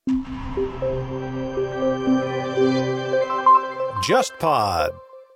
JustPod。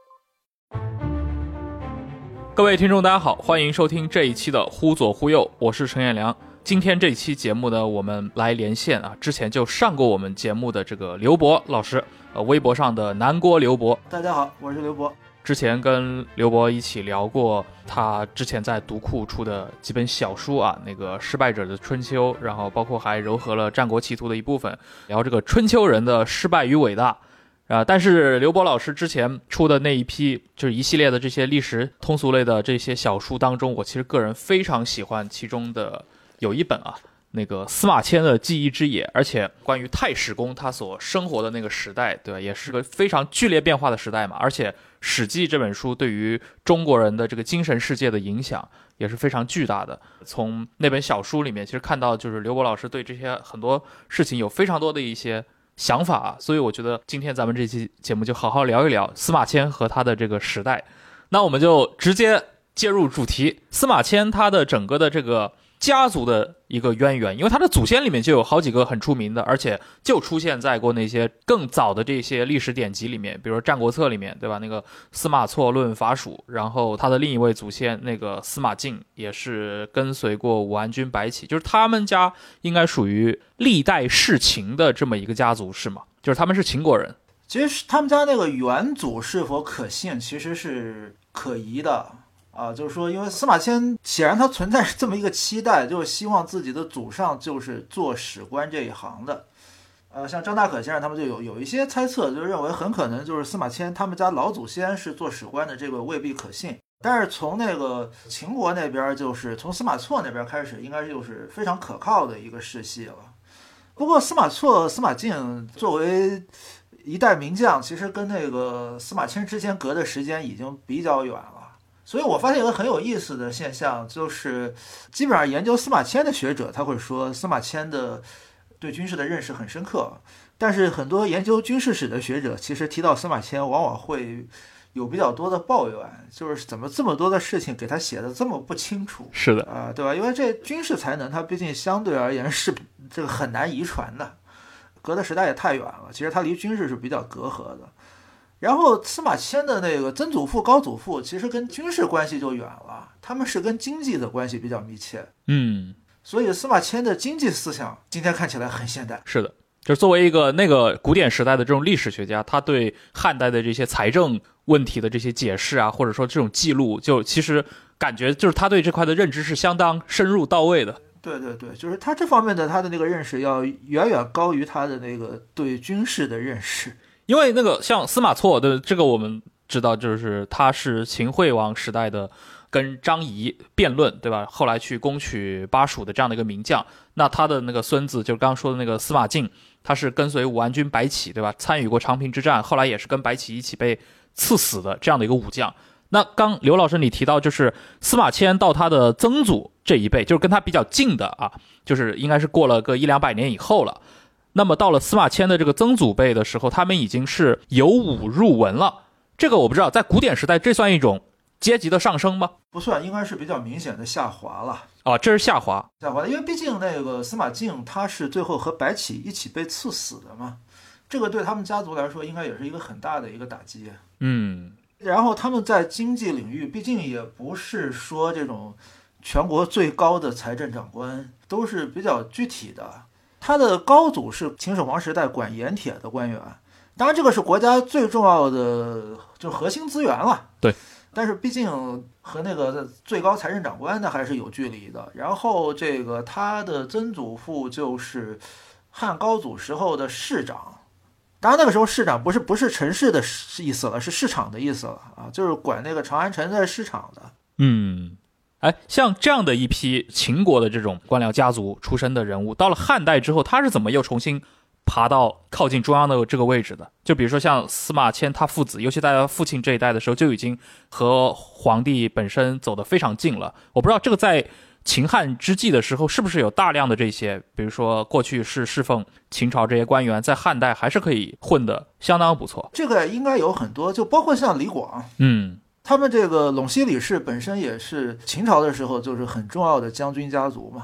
各位听众大家好，欢迎收听这一期的忽左忽右，我是陈彦良。今天这一期节目呢，我们来连线之前就上过我们节目的这个刘博老师，微博上的南郭刘博。 大家好，我是刘博。 之前跟刘博一起聊过他之前在读库出的几本小书那个失败者的春秋，然后包括还糅合了战国奇图的一部分，聊这个春秋人的失败与伟大。但是刘博老师之前出的那一批就是一系列的这些历史通俗类的这些小书当中，我其实个人非常喜欢其中的有一本那个司马迁的记忆之野，而且关于太史公他所生活的那个时代，对吧，也是个非常剧烈变化的时代嘛，而且史记这本书对于中国人的这个精神世界的影响也是非常巨大的。从那本小书里面其实看到就是刘博老师对这些很多事情有非常多的一些想法所以我觉得今天咱们这期节目就好好聊一聊司马迁和他的这个时代。那我们就直接介入主题，司马迁他的整个的这个家族的一个渊源，因为他的祖先里面就有好几个很出名的，而且就出现在过那些更早的这些历史典籍里面，比如说《战国策》里面，对吧？那个司马错论伐蜀，然后他的另一位祖先那个司马敬也是跟随过武安君白起，就是他们家应该属于历代世秦的这么一个家族，是吗？就是他们是秦国人。 其实他们家那个远祖是否可信，其实是可疑的。就是说，因为司马迁显然他存在这么一个期待，就是希望自己的祖上就是做史官这一行的。像张大可先生他们就有一些猜测，就认为很可能就是司马迁他们家老祖先是做史官的，这个未必可信。但是从那个秦国那边，就是从司马错那边开始，应该就是非常可靠的一个世系了。不过司马错、司马敬作为一代名将，其实跟那个司马迁之间隔的时间已经比较远了。所以我发现一个很有意思的现象，就是基本上研究司马迁的学者他会说司马迁的对军事的认识很深刻，但是很多研究军事史的学者其实提到司马迁往往会有比较多的抱怨，就是怎么这么多的事情给他写的这么不清楚。 是的对吧？因为这军事才能它毕竟相对而言是这个很难遗传的，隔的时代也太远了，其实它离军事是比较隔阂的。然后司马迁的那个曾祖父、高祖父其实跟军事关系就远了，他们是跟经济的关系比较密切。所以司马迁的经济思想今天看起来很现代。 是的，就是作为一个那个古典时代的这种历史学家，他对汉代的这些财政问题的这些解释或者说这种记录，就其实感觉就是他对这块的认知是相当深入到位的。 对对对，就是他这方面的他的那个认识要远远高于他的那个对军事的认识。 因为那个像司马错的这个我们知道，就是他是秦惠王时代的跟张仪辩论，对吧？后来去攻取巴蜀的这样的一个名将。那他的那个孙子就是刚刚说的那个司马敬，他是跟随武安君白起，对吧？参与过长平之战，后来也是跟白起一起被赐死的这样的一个武将。那刚刘老师你提到就是司马迁到他的曾祖这一辈，就是跟他比较近的就是应该是过了个100-200年以后了。那么到了司马迁的这个曾祖辈的时候，他们已经是由武入文了。这个我不知道，在古典时代这算一种阶级的上升吗？ 不算，应该是比较明显的下滑了。 这是下滑， 因为毕竟那个司马敬他是最后和白起一起被赐死的嘛，这个对他们家族来说应该也是一个很大的一个打击。然后他们在经济领域毕竟也不是说这种全国最高的财政长官，都是比较具体的。他的高祖是秦始皇时代管盐铁的官员，当然这个是国家最重要的就是核心资源了。 对， 但是毕竟和那个最高财政长官呢还是有距离的。然后这个他的曾祖父就是汉高祖时候的市长，当然那个时候市长不是城市的意思了，是市场的意思了就是管那个长安城的市场的。 像这样的一批秦国的这种官僚家族出身的人物，到了汉代之后，他是怎么又重新爬到靠近中央的这个位置的？就比如说像司马迁他父子，尤其在他父亲这一代的时候，就已经和皇帝本身走得非常近了。我不知道这个在秦汉之际的时候，是不是有大量的这些，比如说过去是侍奉秦朝这些官员，在汉代还是可以混得相当不错？ 这个应该有很多，就包括像李广，他们这个陇西李氏本身也是秦朝的时候就是很重要的将军家族嘛。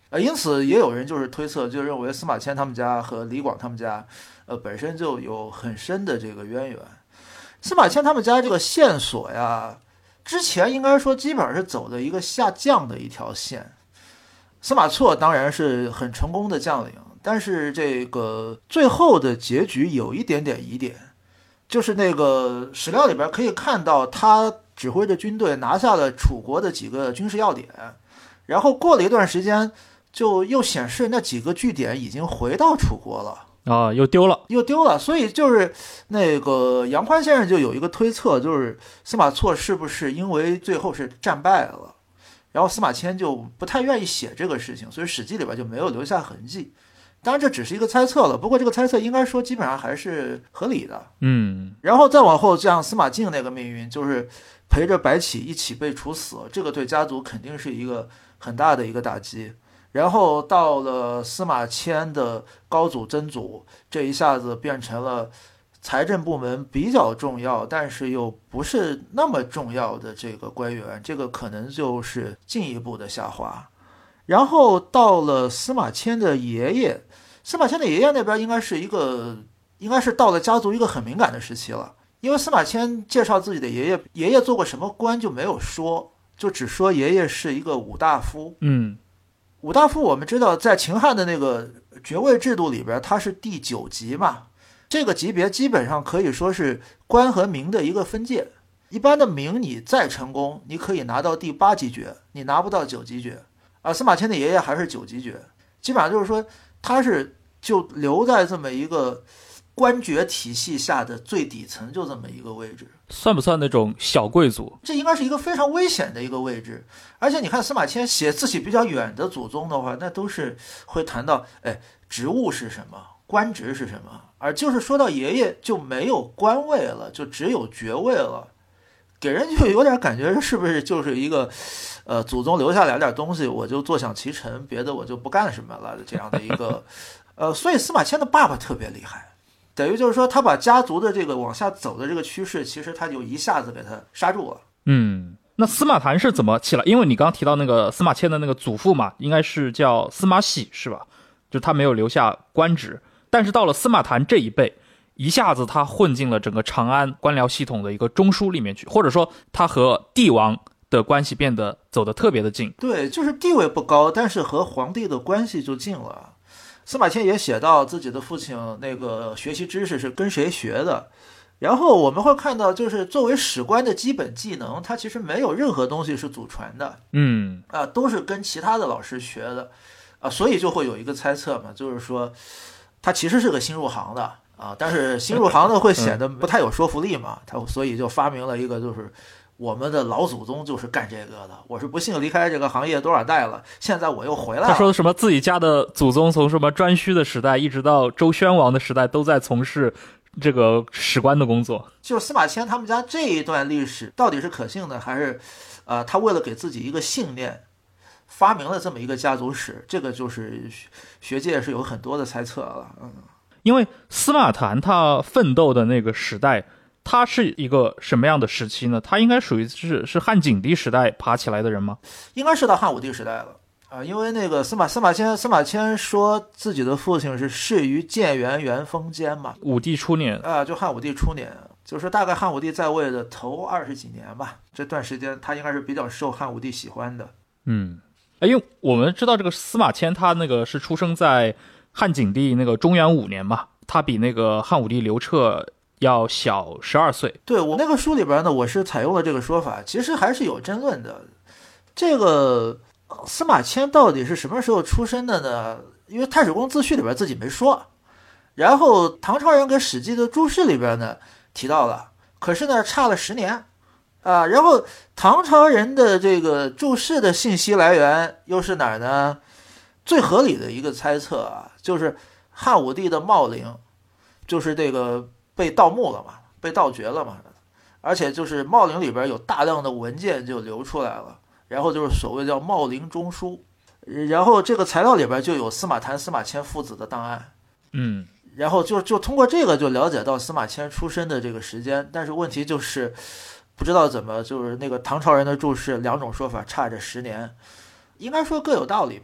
因此也有人就是推测，就认为司马迁他们家和李广他们家，本身就有很深的这个渊源。司马迁他们家这个线索呀，之前应该说基本上是走的一个下降的一条线。司马错当然是很成功的将领，但是这个最后的结局有一点点疑点，就是那个史料里边可以看到他指挥着军队拿下了楚国的几个军事要点，然后过了一段时间就又显示那几个据点已经回到楚国了。 又丢了， 所以就是那个杨宽先生就有一个推测，就是司马错是不是因为最后是战败了，然后司马迁就不太愿意写这个事情，所以史记里边就没有留下痕迹。当然这只是一个猜测了，不过这个猜测应该说基本上还是合理的。然后再往后，像司马敬那个命运，就是陪着白起一起被处死，这个对家族肯定是一个很大的一个打击。然后到了司马迁的高祖曾祖，这一下子变成了财政部门比较重要但是又不是那么重要的这个官员，这个可能就是进一步的下滑。然后到了司马迁的爷爷，司马迁的爷爷那边应该是到了家族一个很敏感的时期了，因为司马迁介绍自己的爷爷做过什么官就没有说，就只说爷爷是一个武大夫。武大夫我们知道在秦汉的那个爵位制度里边，他是第9级嘛，这个级别基本上可以说是官和民的一个分界。一般的民你再成功，你可以拿到第8级爵，你拿不到9级爵。司马迁的爷爷还是9级爵，基本上就是说他是就留在这么一个官爵体系下的最底层，就这么一个位置。 算不算那种小贵族？ 这应该是一个非常危险的一个位置。而且你看司马迁写自己比较远的祖宗的话，那都是会谈到职务是什么，官职是什么，而就是说到爷爷就没有官位了，就只有爵位了，给人就有点感觉是不是就是一个祖宗留下来点东西，我就坐享其成，别的我就不干什么了这样的一个所以司马迁的爸爸特别厉害，等于就是说他把家族的这个往下走的这个趋势，其实他就一下子给他刹住了。 那司马谈是怎么起来？因为你刚刚提到那个司马迁的那个祖父嘛，应该是叫司马喜是吧？就他没有留下官职，但是到了司马谈这一辈，一下子他混进了整个长安官僚系统的一个中枢里面去，或者说他和帝王的关系走得特别的近。 对，就是地位不高，但是和皇帝的关系就近了。司马迁也写到自己的父亲那个学习知识是跟谁学的，然后我们会看到就是作为史官的基本技能，他其实没有任何东西是祖传的，都是跟其他的老师学的，所以就会有一个猜测嘛，就是说他其实是个新入行的但是新入行的会显得不太有说服力嘛，他所以就发明了一个就是我们的老祖宗就是干这个的，我是不幸离开这个行业多少代了，现在我又回来了。 他说什么自己家的祖宗从什么颛顼的时代一直到周宣王的时代都在从事这个史官的工作。 就是司马迁他们家这一段历史到底是可信的，还是他为了给自己一个信念发明了这么一个家族史，这个就是学界是有很多的猜测了。 因为司马谈他奋斗的那个时代，他是一个什么样的时期呢？他应该属于是汉景帝时代爬起来的人吗？ 应该是到汉武帝时代了因为那个司马迁说自己的父亲是仕于建元元封间嘛， 武帝初年就汉武帝初年，就是大概汉武帝在位的头20几年吧，这段时间他应该是比较受汉武帝喜欢的。 因为我们知道这个司马迁他那个是出生在汉景帝那个中元5年嘛，他比那个汉武帝刘彻要小12岁。 对，我那个书里边呢，我是采用了这个说法，其实还是有争论的。这个司马迁到底是什么时候出生的呢？因为太史公自序里边自己没说，然后唐朝人给史记的注释里边呢提到了，可是呢差了10年然后唐朝人的这个注释的信息来源又是哪儿呢？最合理的一个猜测就是汉武帝的茂陵，就是这个被盗墓了嘛，被盗掘了嘛，而且就是茂陵里边有大量的文件就流出来了，然后就是所谓叫茂陵中书，然后这个材料里边就有司马谈、司马迁父子的档案，然后就通过这个就了解到司马迁出生的这个时间，但是问题就是不知道怎么就是那个唐朝人的注释两种说法差着10年，应该说各有道理吧。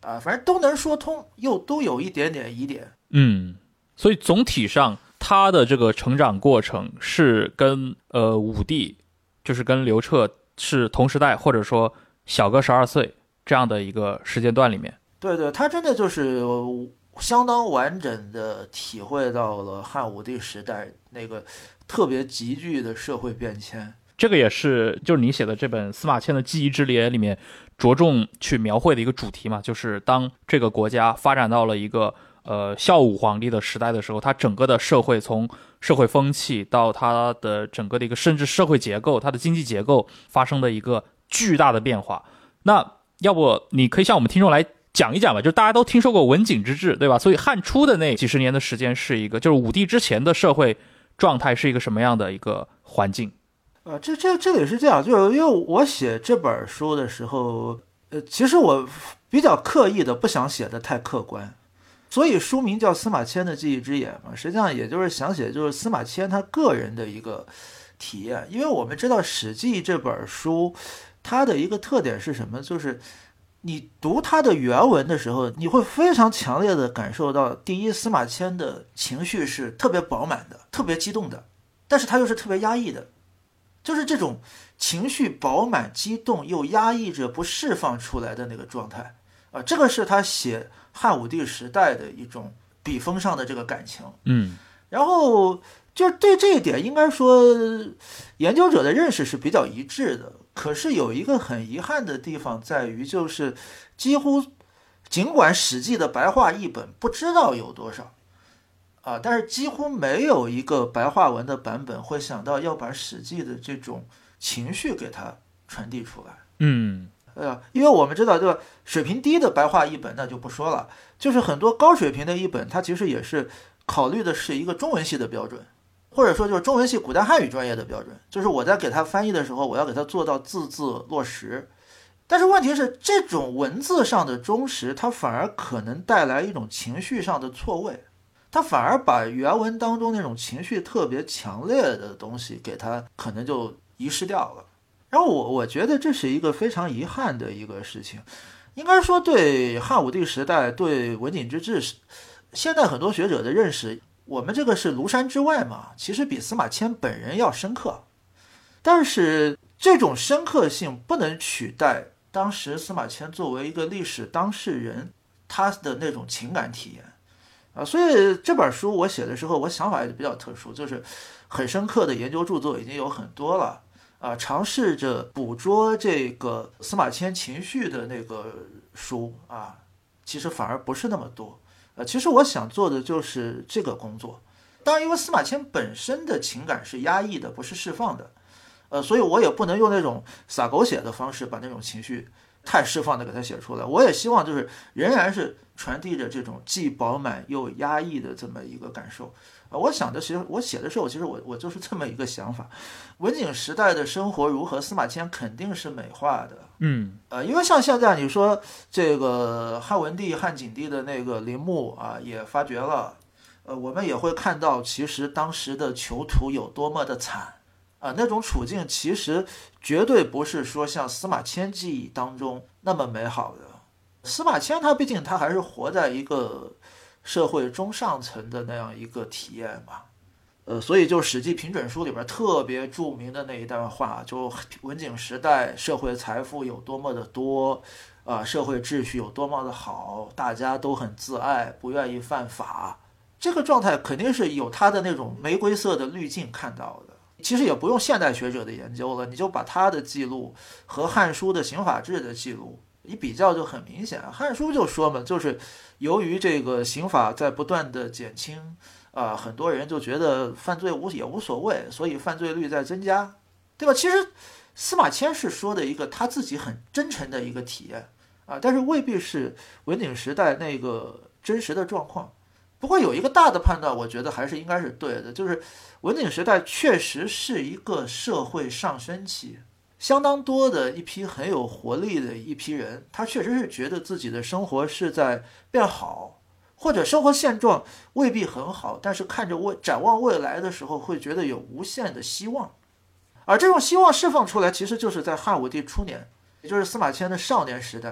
反正都能说通，又都有一点点疑点。 所以总体上他的这个成长过程是跟武帝，就是跟刘彻是同时代，或者说小个12岁这样的一个时间段里面。 对，他真的就是相当完整的体会到了汉武帝时代那个特别急剧的社会变迁。 这个也是就是你写的这本司马迁的记忆之列里面着重去描绘的一个主题嘛，就是当这个国家发展到了一个孝武皇帝的时代的时候，它整个的社会从社会风气到它的整个的一个甚至社会结构，它的经济结构发生的一个巨大的变化。那要不你可以向我们听众来讲一讲吧，就是大家都听说过文景之治，对吧？所以汉初的那几十年的时间是一个，就是武帝之前的社会状态是一个什么样的一个环境？ 这里是这样，就是因为我写这本书的时候，其实我比较刻意的不想写的太客观，所以书名叫司马迁的记忆之眼嘛，实际上也就是想写就是司马迁他个人的一个体验。因为我们知道《史记》这本书，它的一个特点是什么？就是你读它的原文的时候，你会非常强烈的感受到，第一，司马迁的情绪是特别饱满的，特别激动的，但是他又是特别压抑的。就是这种情绪饱满、激动又压抑着不释放出来的那个状态这个是他写汉武帝时代的一种笔锋上的这个感情。然后就是对这一点，应该说研究者的认识是比较一致的。可是有一个很遗憾的地方在于，就是几乎尽管《史记》的白话译本不知道有多少但是几乎没有一个白话文的版本会想到要把《史记》的这种情绪给它传递出来。因为我们知道，对吧？水平低的白话译本那就不说了，就是很多高水平的译本，它其实也是考虑的是一个中文系的标准，或者说就是中文系古代汉语专业的标准，就是我在给它翻译的时候，我要给它做到字字落实。但是问题是，这种文字上的忠实，它反而可能带来一种情绪上的错位。他反而把原文当中那种情绪特别强烈的东西给他可能就遗失掉了。然后我觉得这是一个非常遗憾的一个事情。应该说对汉武帝时代，对文景之治，现在很多学者的认识，我们这个是庐山之外嘛，其实比司马迁本人要深刻。但是这种深刻性不能取代当时司马迁作为一个历史当事人他的那种情感体验。所以这本书我写的时候，我想法也比较特殊，就是很深刻的研究著作已经有很多了尝试着捕捉这个司马迁情绪的那个书其实反而不是那么多。其实我想做的就是这个工作。当然，因为司马迁本身的情感是压抑的，不是释放的，所以我也不能用那种撒狗血的方式把那种情绪太释放的给它写出来。我也希望就是仍然是传递着这种既饱满又压抑的这么一个感受。我想的其实我写的时候，其实我就是这么一个想法。文景时代的生活如何，司马迁肯定是美化的。因为像现在你说这个汉文帝、汉景帝的那个陵墓也发掘了，我们也会看到其实当时的囚徒有多么的惨。那种处境其实绝对不是说像司马迁记忆当中那么美好的。司马迁他毕竟他还是活在一个社会中上层的那样一个体验嘛。所以就《史记评准书》里边特别著名的那一段话，就文景时代社会财富有多么的多社会秩序有多么的好，大家都很自爱，不愿意犯法。这个状态肯定是有他的那种玫瑰色的滤镜看到的。其实也不用现代学者的研究了，你就把他的记录和《汉书》的刑法志的记录一比较就很明显。《汉书》就说嘛，就是由于这个刑法在不断的减轻很多人就觉得犯罪也无所谓，所以犯罪率在增加，对吧？其实司马迁是说的一个他自己很真诚的一个体验但是未必是文景时代那个真实的状况。不过有一个大的判断，我觉得还是应该是对的，就是文景时代确实是一个社会上升期，相当多的一批很有活力的一批人，他确实是觉得自己的生活是在变好，或者生活现状未必很好，但是看着展望未来的时候，会觉得有无限的希望。而这种希望释放出来，其实就是在汉武帝初年，也就是司马迁的少年时代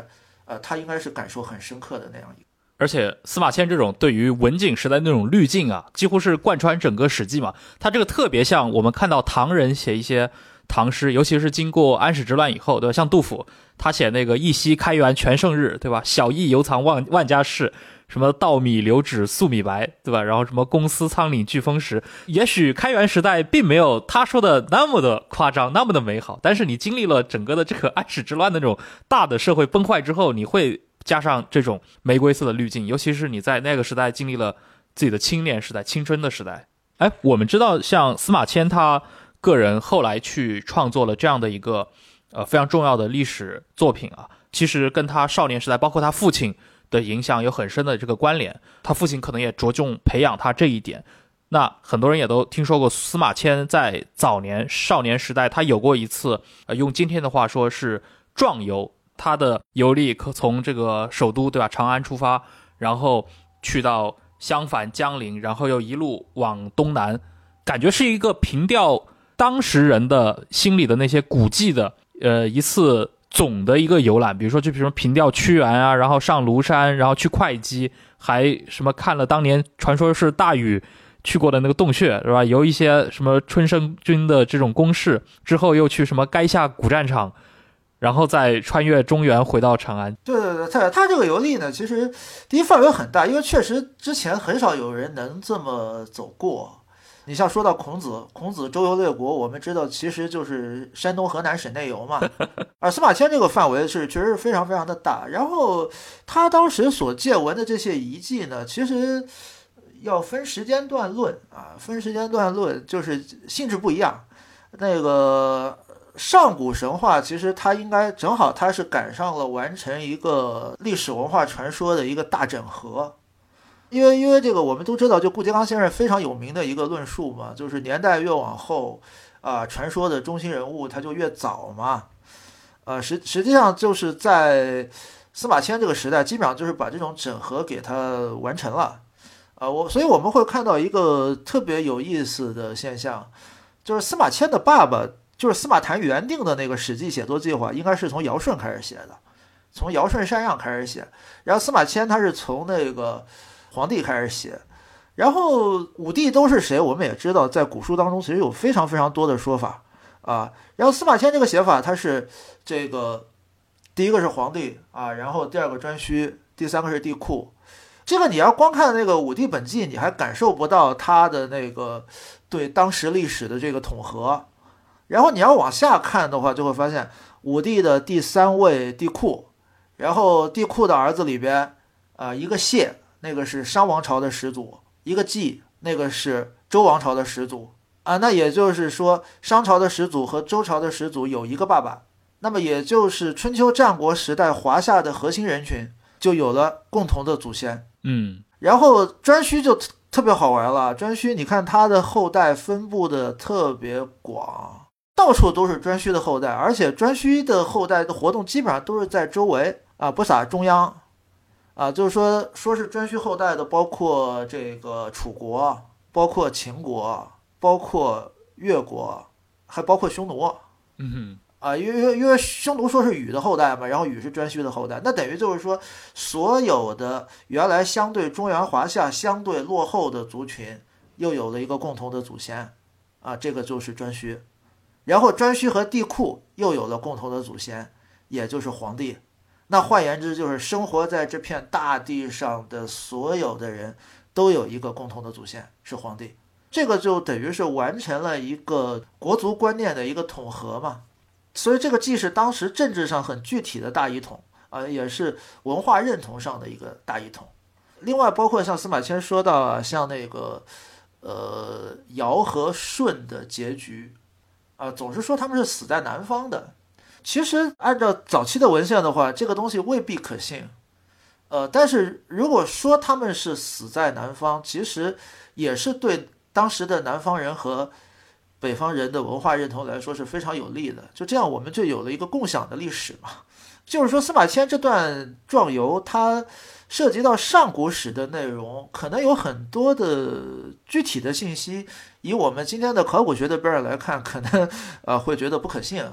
他应该是感受很深刻的那样一个。 而且司马迁这种对于文景时代那种滤镜啊，几乎是贯穿整个史记嘛。他这个特别像我们看到唐人写一些唐诗，尤其是经过安史之乱以后，对吧？像杜甫，他写那个一夕开元全盛日，对吧？小邑犹藏万家室，什么稻米流脂粟米白，对吧？然后什么公司仓廪俱丰实。也许开元时代并没有他说的那么的夸张，那么的美好，但是你经历了整个的这个安史之乱的那种大的社会崩坏之后，你会加上这种玫瑰色的滤镜，尤其是你在那个时代经历了自己的青年时代、青春的时代。哎，我们知道像司马迁他个人后来去创作了这样的一个非常重要的历史作品啊，其实跟他少年时代包括他父亲的影响有很深的这个关联，他父亲可能也着重培养他这一点。那很多人也都听说过司马迁在早年少年时代他有过一次用今天的话说是壮游，他的游历可从这个首都对吧长安出发，然后去到襄樊江陵，然后又一路往东南，感觉是一个凭吊当时人的心里的那些古迹的一次总的一个游览。比如说凭吊屈原啊，然后上庐山，然后去会稽，还什么看了当年传说是大禹去过的那个洞穴，是吧？游一些什么春申君的这种宫室，之后又去什么垓下古战场，然后再穿越中原回到长安。 对对对，他这个游历呢，其实第一范围很大，因为确实之前很少有人能这么走过。你像说到孔子周游列国，我们知道其实就是山东河南省内游嘛，而司马迁这个范围是确实非常非常的大。然后他当时所见闻的这些遗迹呢，其实要分时间段论啊，分时间段论就是性质不一样。那个上古神话其实它应该正好它是赶上了完成一个历史文化传说的一个大整合。因为这个我们都知道，就顾颉刚先生非常有名的一个论述嘛，就是年代越往后传说的中心人物他就越早嘛。实际上就是在司马迁这个时代，基本上就是把这种整合给它完成了。所以我们会看到一个特别有意思的现象，就是司马迁的爸爸，就是司马谈原定的那个史记写作计划，应该是从尧舜开始写的，从尧舜禅让开始写，然后司马迁他是从那个皇帝开始写，然后五帝都是谁，我们也知道，在古书当中其实有非常非常多的说法啊。然后司马迁这个写法，他是这个第一个是皇帝啊，然后第二个颛顼，第三个是帝喾。这个你要光看那个五帝本纪，你还感受不到他的那个对当时历史的这个统合。然后你要往下看的话，就会发现武帝的第三位帝喾，然后帝喾的儿子里边一个谢，那个是商王朝的始祖，一个季，那个是周王朝的始祖那也就是说商朝的始祖和周朝的始祖有一个爸爸，那么也就是春秋战国时代华夏的核心人群就有了共同的祖先。然后颛顼就特别好玩了，颛顼你看他的后代分布的特别广，到处都是颛顼的后代，而且颛顼的后代的活动基本上都是在周围不撒中央就是说是颛顼后代的，包括这个楚国，包括秦国，包括越国，还包括匈奴。因为匈奴说是禹的后代嘛，然后禹是颛顼的后代，那等于就是说，所有的原来相对中原华夏相对落后的族群，又有了一个共同的祖先这个就是颛顼。然后颛顼和帝喾又有了共同的祖先，也就是黄帝。那换言之，就是生活在这片大地上的所有的人都有一个共同的祖先，是黄帝。这个就等于是完成了一个国族观念的一个统合嘛。所以这个既是当时政治上很具体的大一统也是文化认同上的一个大一统。另外包括像司马迁说到像那个尧和舜的结局总是说他们是死在南方的。其实按照早期的文献的话，这个东西未必可信但是如果说他们是死在南方，其实也是对当时的南方人和北方人的文化认同来说是非常有利的。就这样我们就有了一个共享的历史嘛。就是说司马迁这段壮游它涉及到上古史的内容，可能有很多的具体的信息，以我们今天的考古学的标准来看，可能会觉得不可信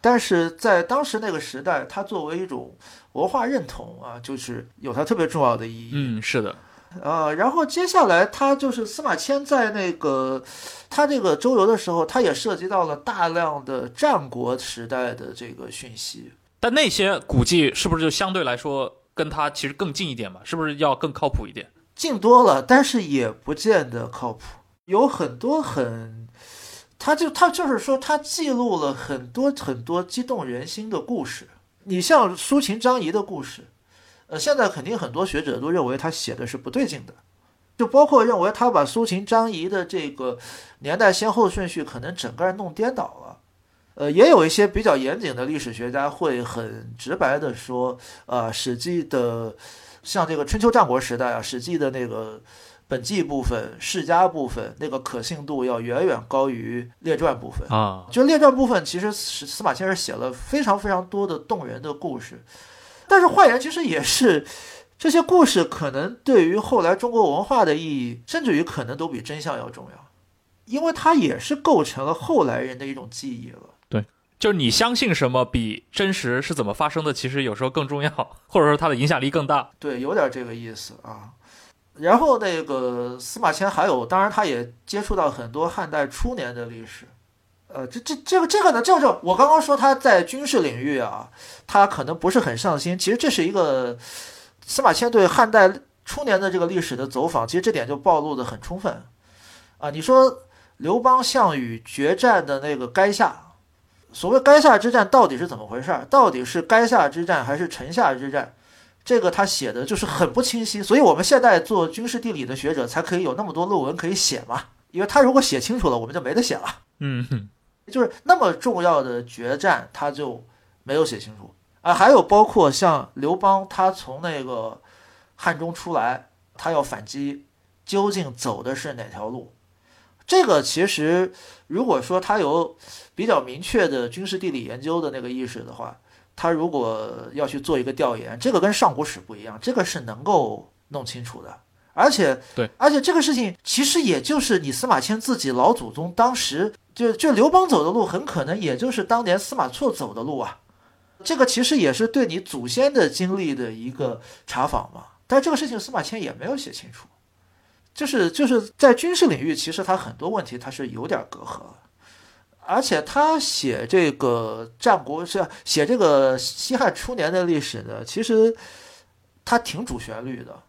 但是在当时那个时代，它作为一种文化认同啊，就是有它特别重要的意义。 是的。 然后接下来他就是司马迁在他这个周游的时候，他也涉及到了大量的战国时代的这个讯息。 但那些古迹是不是就相对来说跟他其实更近一点嘛？是不是要更靠谱一点？ 近多了，但是也不见得靠谱。有很多他就是说，他记录了很多很多激动人心的故事。你像苏秦张仪的故事。现在肯定很多学者都认为他写的是不对劲的，就包括认为他把苏秦张仪的这个年代先后顺序可能整个弄颠倒了。也有一些比较严谨的历史学家会很直白的说，史记的像这个春秋战国时代史记的那个本纪部分、世家部分那个可信度要远远高于列传部分啊。 就列传部分其实司马迁是写了非常非常多的动人的故事。但是换言其实也是，这些故事可能对于后来中国文化的意义，甚至于可能都比真相要重要，因为它也是构成了后来人的一种记忆了。 对，就是你相信什么比真实是怎么发生的，其实有时候更重要，或者说它的影响力更大。 对，有点这个意思啊。然后那个司马迁还有，当然他也接触到很多汉代初年的历史。这个呢，就是我刚刚说他在军事领域他可能不是很上心。其实这是一个司马迁对汉代初年的这个历史的走访，其实这点就暴露的很充分你说刘邦项羽决战的那个垓下，所谓垓下之战到底是怎么回事？到底是垓下之战还是城下之战？这个他写的就是很不清晰，所以我们现在做军事地理的学者才可以有那么多论文可以写嘛，因为他如果写清楚了，我们就没得写了。就是那么重要的决战他就没有写清楚还有包括像刘邦他从那个汉中出来，他要反击，究竟走的是哪条路？这个其实如果说他有比较明确的军事地理研究的那个意识的话，他如果要去做一个调研，这个跟上古史不一样，这个是能够弄清楚的。而且这个事情其实也就是你司马迁自己老祖宗当时就刘邦走的路，很可能也就是当年司马错走的路这个其实也是对你祖先的经历的一个查访嘛。但是这个事情司马迁也没有写清楚，就是在军事领域，其实他很多问题他是有点隔阂。而且他写这个战国写这个西汉初年的历史呢，其实他挺主旋律的。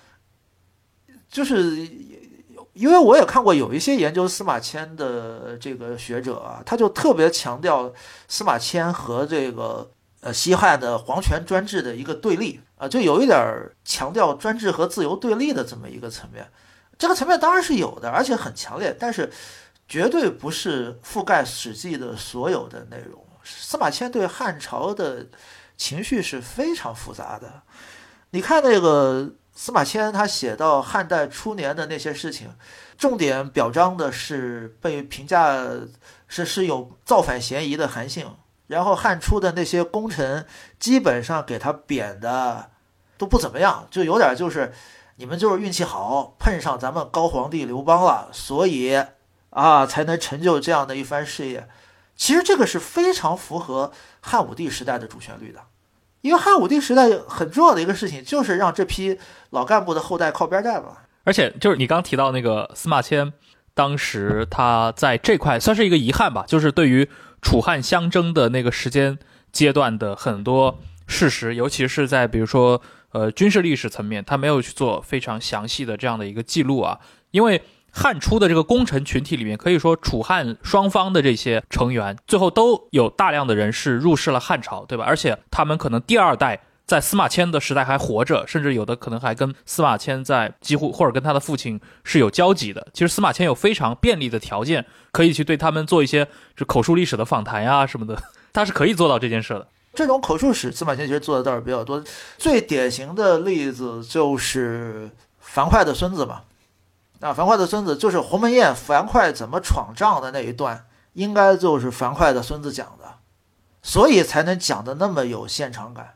就是因为我也看过有一些研究司马迁的这个学者他就特别强调司马迁和这个西汉的皇权专制的一个对立就有一点强调专制和自由对立的这么一个层面。这个层面当然是有的，而且很强烈，但是绝对不是覆盖史记的所有的内容。司马迁对汉朝的情绪是非常复杂的。你看那个司马迁他写到汉代初年的那些事情，重点表彰的是被评价是有造反嫌疑的韩信，然后汉初的那些功臣基本上给他贬的都不怎么样，就有点就是你们就是运气好，碰上咱们高皇帝刘邦了，所以才能成就这样的一番事业。其实这个是非常符合汉武帝时代的主旋律的。因为汉武帝时代很重要的一个事情就是让这批老干部的后代靠边站嘛。 而且就是你刚提到那个司马迁，当时他在这块算是一个遗憾吧，就是对于楚汉相争的那个时间阶段的很多事实，尤其是在比如说军事历史层面，他没有去做非常详细的这样的一个记录因为汉初的这个功臣群体里面，可以说楚汉双方的这些成员最后都有大量的人是入仕了汉朝，对吧？而且他们可能第二代在司马迁的时代还活着，甚至有的可能还跟司马迁在几乎或者跟他的父亲是有交集的。其实司马迁有非常便利的条件可以去对他们做一些就口述历史的访谈什么的，他是可以做到这件事的。 这种口述史司马迁其实做的倒是比较多，最典型的例子就是樊哙的孙子嘛。樊哙的孙子就是鸿门宴樊哙怎么闯帐的那一段，应该就是樊哙的孙子讲的，所以才能讲的那么有现场感。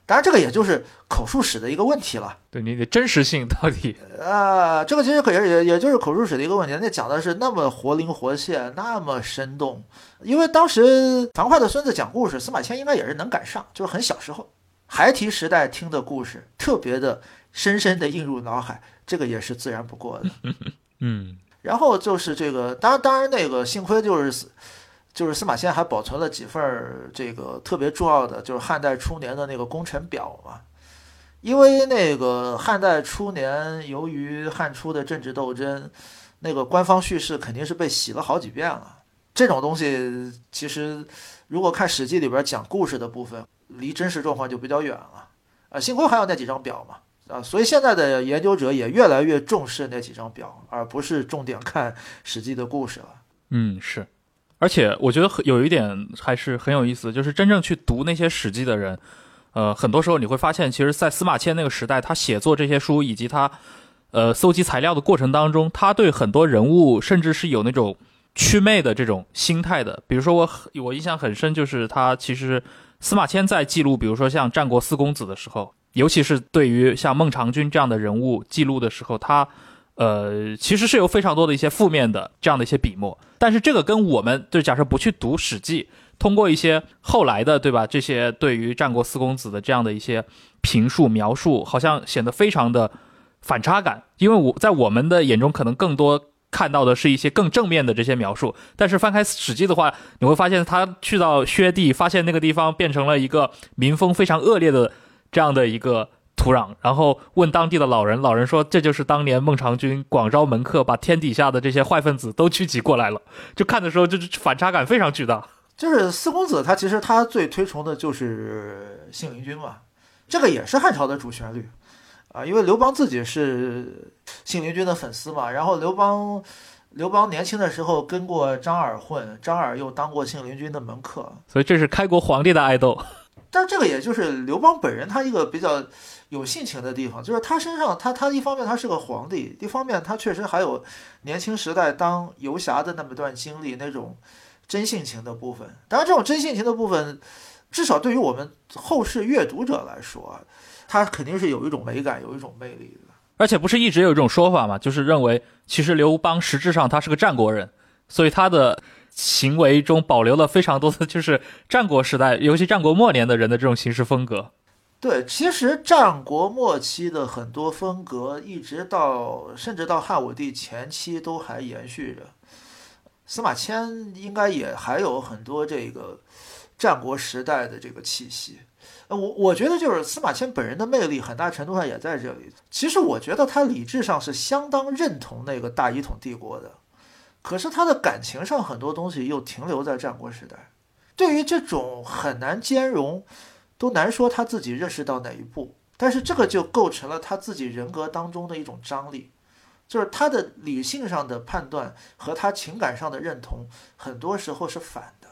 当然这个也就是口述史的一个问题了。 对，你的真实性到底这个其实也就是口述史的一个问题。那讲的是那么活灵活现，那么生动。因为当时樊哙的孙子讲故事，司马迁应该也是能赶上，就是很小时候孩提时代听的故事，特别的深深的印入脑海，这个也是自然不过的。然后就是这个，当然那个幸亏就是司马迁还保存了几份这个特别重要的，就是汉代初年的那个功臣表嘛。因为那个汉代初年，由于汉初的政治斗争，那个官方叙事肯定是被洗了好几遍了。这种东西其实如果看《史记》里边讲故事的部分，离真实状况就比较远了。幸亏还有那几张表嘛。所以现在的研究者也越来越重视那几张表，而不是重点看《史记》的故事了。 是。而且我觉得有一点还是很有意思，就是真正去读那些史记的人，很多时候你会发现，其实在司马迁那个时代，他写作这些书以及他搜集材料的过程当中，他对很多人物甚至是有那种祛魅的这种心态的。比如说我印象很深，就是他其实司马迁在记录比如说像战国四公子的时候，尤其是对于像孟尝君这样的人物记录的时候，他其实是有非常多的一些负面的这样的一些笔墨。但是这个跟我们就假设不去读史记，通过一些后来的对吧，这些对于战国四公子的这样的一些评述描述，好像显得非常的反差感。因为在我们的眼中可能更多看到的是一些更正面的这些描述，但是翻开史记的话，你会发现他去到薛地，发现那个地方变成了一个民风非常恶劣的这样的一个土壤，然后问当地的老人说这就是当年孟尝君广招门客，把天底下的这些坏分子都聚集过来了。就看的时候就是反差感非常巨大。 就是四公子其实他最推崇的就是信陵君嘛，这个也是汉朝的主旋律因为刘邦自己是信陵君的粉丝嘛，然后刘邦年轻的时候跟过张耳混，张耳又当过信陵君的门客， 所以这是开国皇帝的爱豆。 但这个也就是刘邦本人他一个比较有性情的地方，就是他身上他一方面他是个皇帝，一方面他确实还有年轻时代当游侠的那么段经历，那种真性情的部分。当然这种真性情的部分至少对于我们后世阅读者来说他肯定是有一种美感，有一种魅力的。 而且不是一直有一种说法嘛，就是认为其实刘邦实质上他是个战国人，所以他的行为中保留了非常多的就是战国时代尤其战国末年的人的这种行事风格。 对，其实战国末期的很多风格一直到甚至到汉武帝前期都还延续着。司马迁应该也还有很多这个战国时代的这个气息。我觉得就是司马迁本人的魅力很大程度上也在这里。其实我觉得他理智上是相当认同那个大一统帝国的，可是他的感情上很多东西又停留在战国时代。对于这种很难兼容，都难说他自己认识到哪一步，但是这个就构成了他自己人格当中的一种张力，就是他的理性上的判断和他情感上的认同很多时候是反的。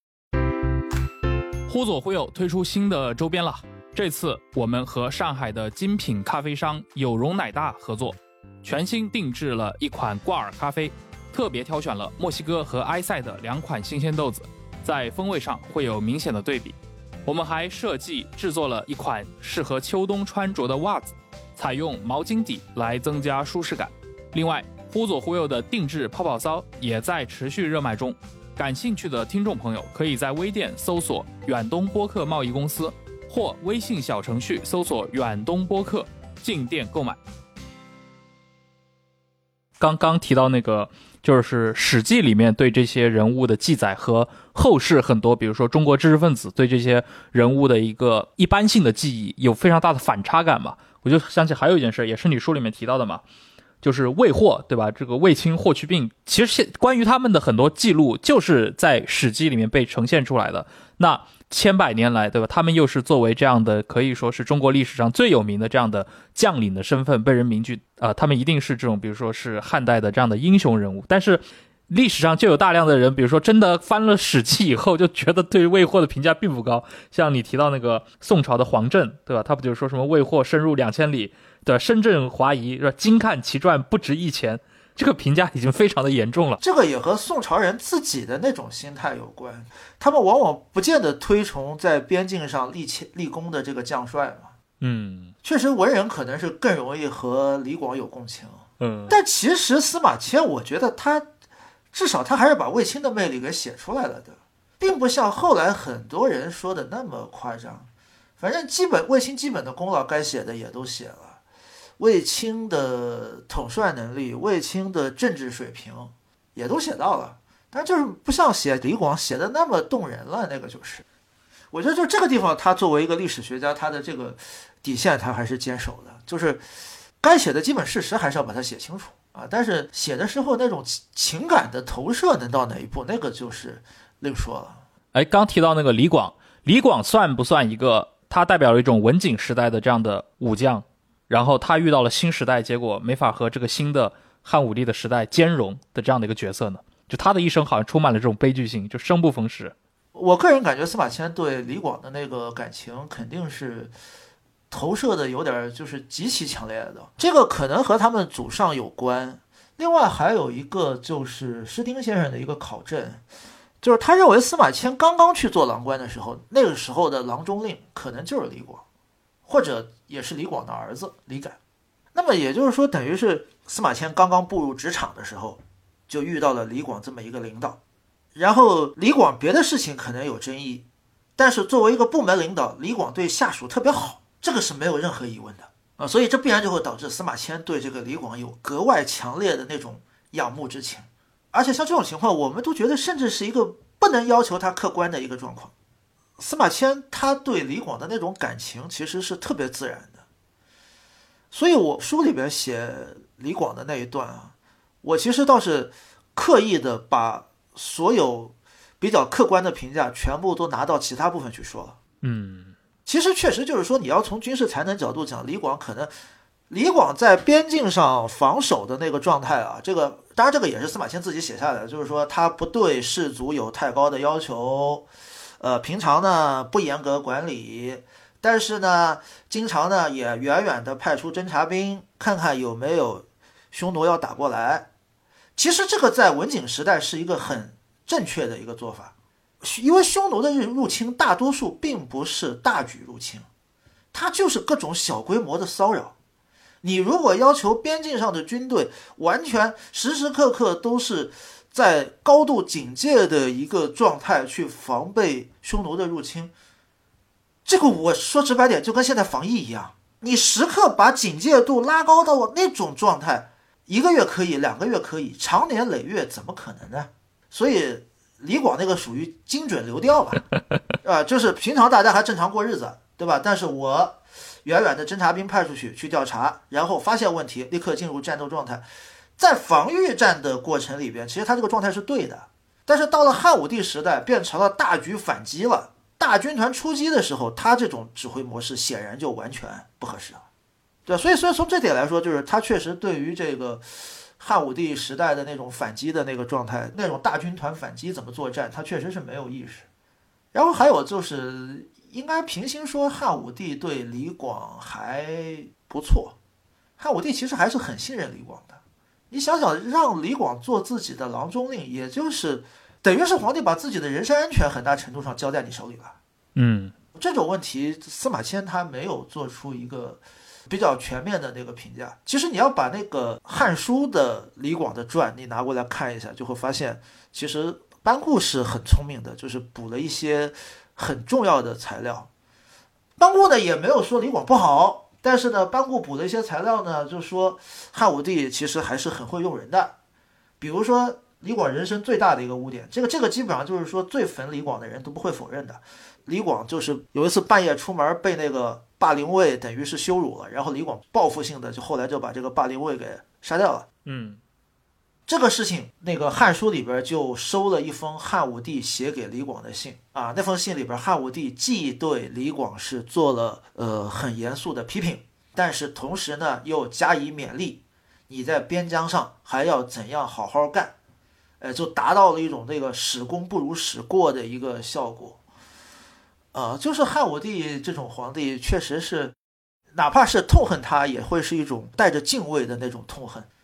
忽左忽右推出新的周边了，这次我们和上海的精品咖啡商有容奶大合作，全新定制了一款挂耳咖啡，特别挑选了墨西哥和埃塞的2款新鲜豆子，在风味上会有明显的对比。我们还设计制作了一款适合秋冬穿着的袜子，采用毛巾底来增加舒适感。另外，忽左忽右的定制泡泡骚也在持续热卖中，感兴趣的听众朋友可以在微店搜索远东播客贸易公司，或微信小程序搜索远东播客进店购买。刚刚提到那个就是史记里面对这些人物的记载和后世很多比如说中国知识分子对这些人物的一个一般性的记忆有非常大的反差感嘛。我就想起还有一件事，也是你书里面提到的嘛，就是魏霍，对吧？这个卫青、霍去病，其实关于他们的很多记录就是在史记里面被呈现出来的。那千百年来，对吧？他们又是作为这样的可以说是中国历史上最有名的这样的将领的身份被人铭记他们一定是这种比如说是汉代的这样的英雄人物。但是历史上就有大量的人，比如说真的翻了史记以后就觉得对魏霍的评价并不高，像你提到那个宋朝的黄震，对吧？他不就是说什么魏霍深入2000里的深圳华夷，经看其传不值1钱， 这个评价已经非常的严重了。 这个也和宋朝人自己的那种心态有关，他们往往不见得推崇在边境上立功的这个将帅嘛。确实文人可能是更容易和李广有共情。但其实司马迁，我觉得他至少他还是把卫青的魅力给写出来了的，并不像后来很多人说的那么夸张。反正卫青基本的功劳该写的也都写了，卫青的统帅能力，卫青的政治水平也都写到了，但就是不像写李广写的那么动人了。那个就是我觉得就这个地方，他作为一个历史学家，他的这个底线他还是坚守的，就是该写的基本事实还是要把它写清楚啊。但是写的时候那种情感的投射能到哪一步，那个就是另说了。 刚提到那个李广算不算一个他代表了一种文景时代的这样的武将，然后他遇到了新时代，结果没法和这个新的汉武帝的时代兼容的这样的一个角色呢？就他的一生好像充满了这种悲剧性，就生不逢时。 我个人感觉司马迁对李广的那个感情肯定是投射的有点就是极其强烈的，这个可能和他们祖上有关。另外还有一个就是施丁先生的一个考证，就是他认为司马迁刚刚去做郎官的时候，那个时候的郎中令可能就是李广，或者也是李广的儿子李改。那么也就是说，等于是司马迁刚刚步入职场的时候，就遇到了李广这么一个领导。然后李广别的事情可能有争议，但是作为一个部门领导，李广对下属特别好，这个是没有任何疑问的所以这必然就会导致司马迁对这个李广有格外强烈的那种仰慕之情。而且像这种情况，我们都觉得甚至是一个不能要求他客观的一个状况。司马迁他对李广的那种感情其实是特别自然的，所以我书里边写李广的那一段我其实倒是刻意的把所有比较客观的评价全部都拿到其他部分去说了。其实确实就是说，你要从军事才能角度讲，李广在边境上防守的那个状态这个当然这个也是司马迁自己写下来的，就是说他不对士卒有太高的要求，平常呢不严格管理，但是呢经常呢也远远的派出侦察兵看看有没有匈奴要打过来。其实这个在文景时代是一个很正确的一个做法，因为匈奴的入侵大多数并不是大举入侵，它就是各种小规模的骚扰。你如果要求边境上的军队完全时时刻刻都是在高度警戒的一个状态去防备匈奴的入侵，这个我说直白点就跟现在防疫一样，你时刻把警戒度拉高到那种状态，1个月可以2个月可以，长年累月怎么可能呢？所以李广那个属于精准流调吧就是平常大家还正常过日子，对吧？但是我远远的侦察兵派出去调查，然后发现问题立刻进入战斗状态。在防御战的过程里边，其实他这个状态是对的，但是到了汉武帝时代变成了大举反击了，大军团出击的时候，他这种指挥模式显然就完全不合适了。对，所以从这点来说，就是他确实对于这个汉武帝时代的那种反击的那个状态，那种大军团反击怎么作战，他确实是没有意识。然后还有就是应该平心说，汉武帝对李广还不错，汉武帝其实还是很信任李广的。你想想，让李广做自己的郎中令，也就是等于是皇帝把自己的人身安全很大程度上交在你手里了。这种问题司马迁他没有做出一个比较全面的那个评价。其实你要把那个《汉书》的李广的传你拿过来看一下，就会发现其实班固是很聪明的，就是补了一些很重要的材料。班固呢也没有说李广不好，但是呢班固补的一些材料呢，就说汉武帝其实还是很会用人的。比如说李广人生最大的一个污点，这个基本上就是说最粉李广的人都不会否认的。李广就是有一次半夜出门被那个霸陵尉等于是羞辱了，然后李广报复性的后来就把这个霸陵尉给杀掉了。这个事情那个《汉书》里边就收了一封汉武帝写给李广的信那封信里边汉武帝既对李广是做了很严肃的批评，但是同时呢又加以勉励，你在边疆上还要怎样好好干，就达到了一种这个使功不如使过的一个效果。就是汉武帝这种皇帝确实是哪怕是痛恨他也会是一种带着敬畏的那种痛恨。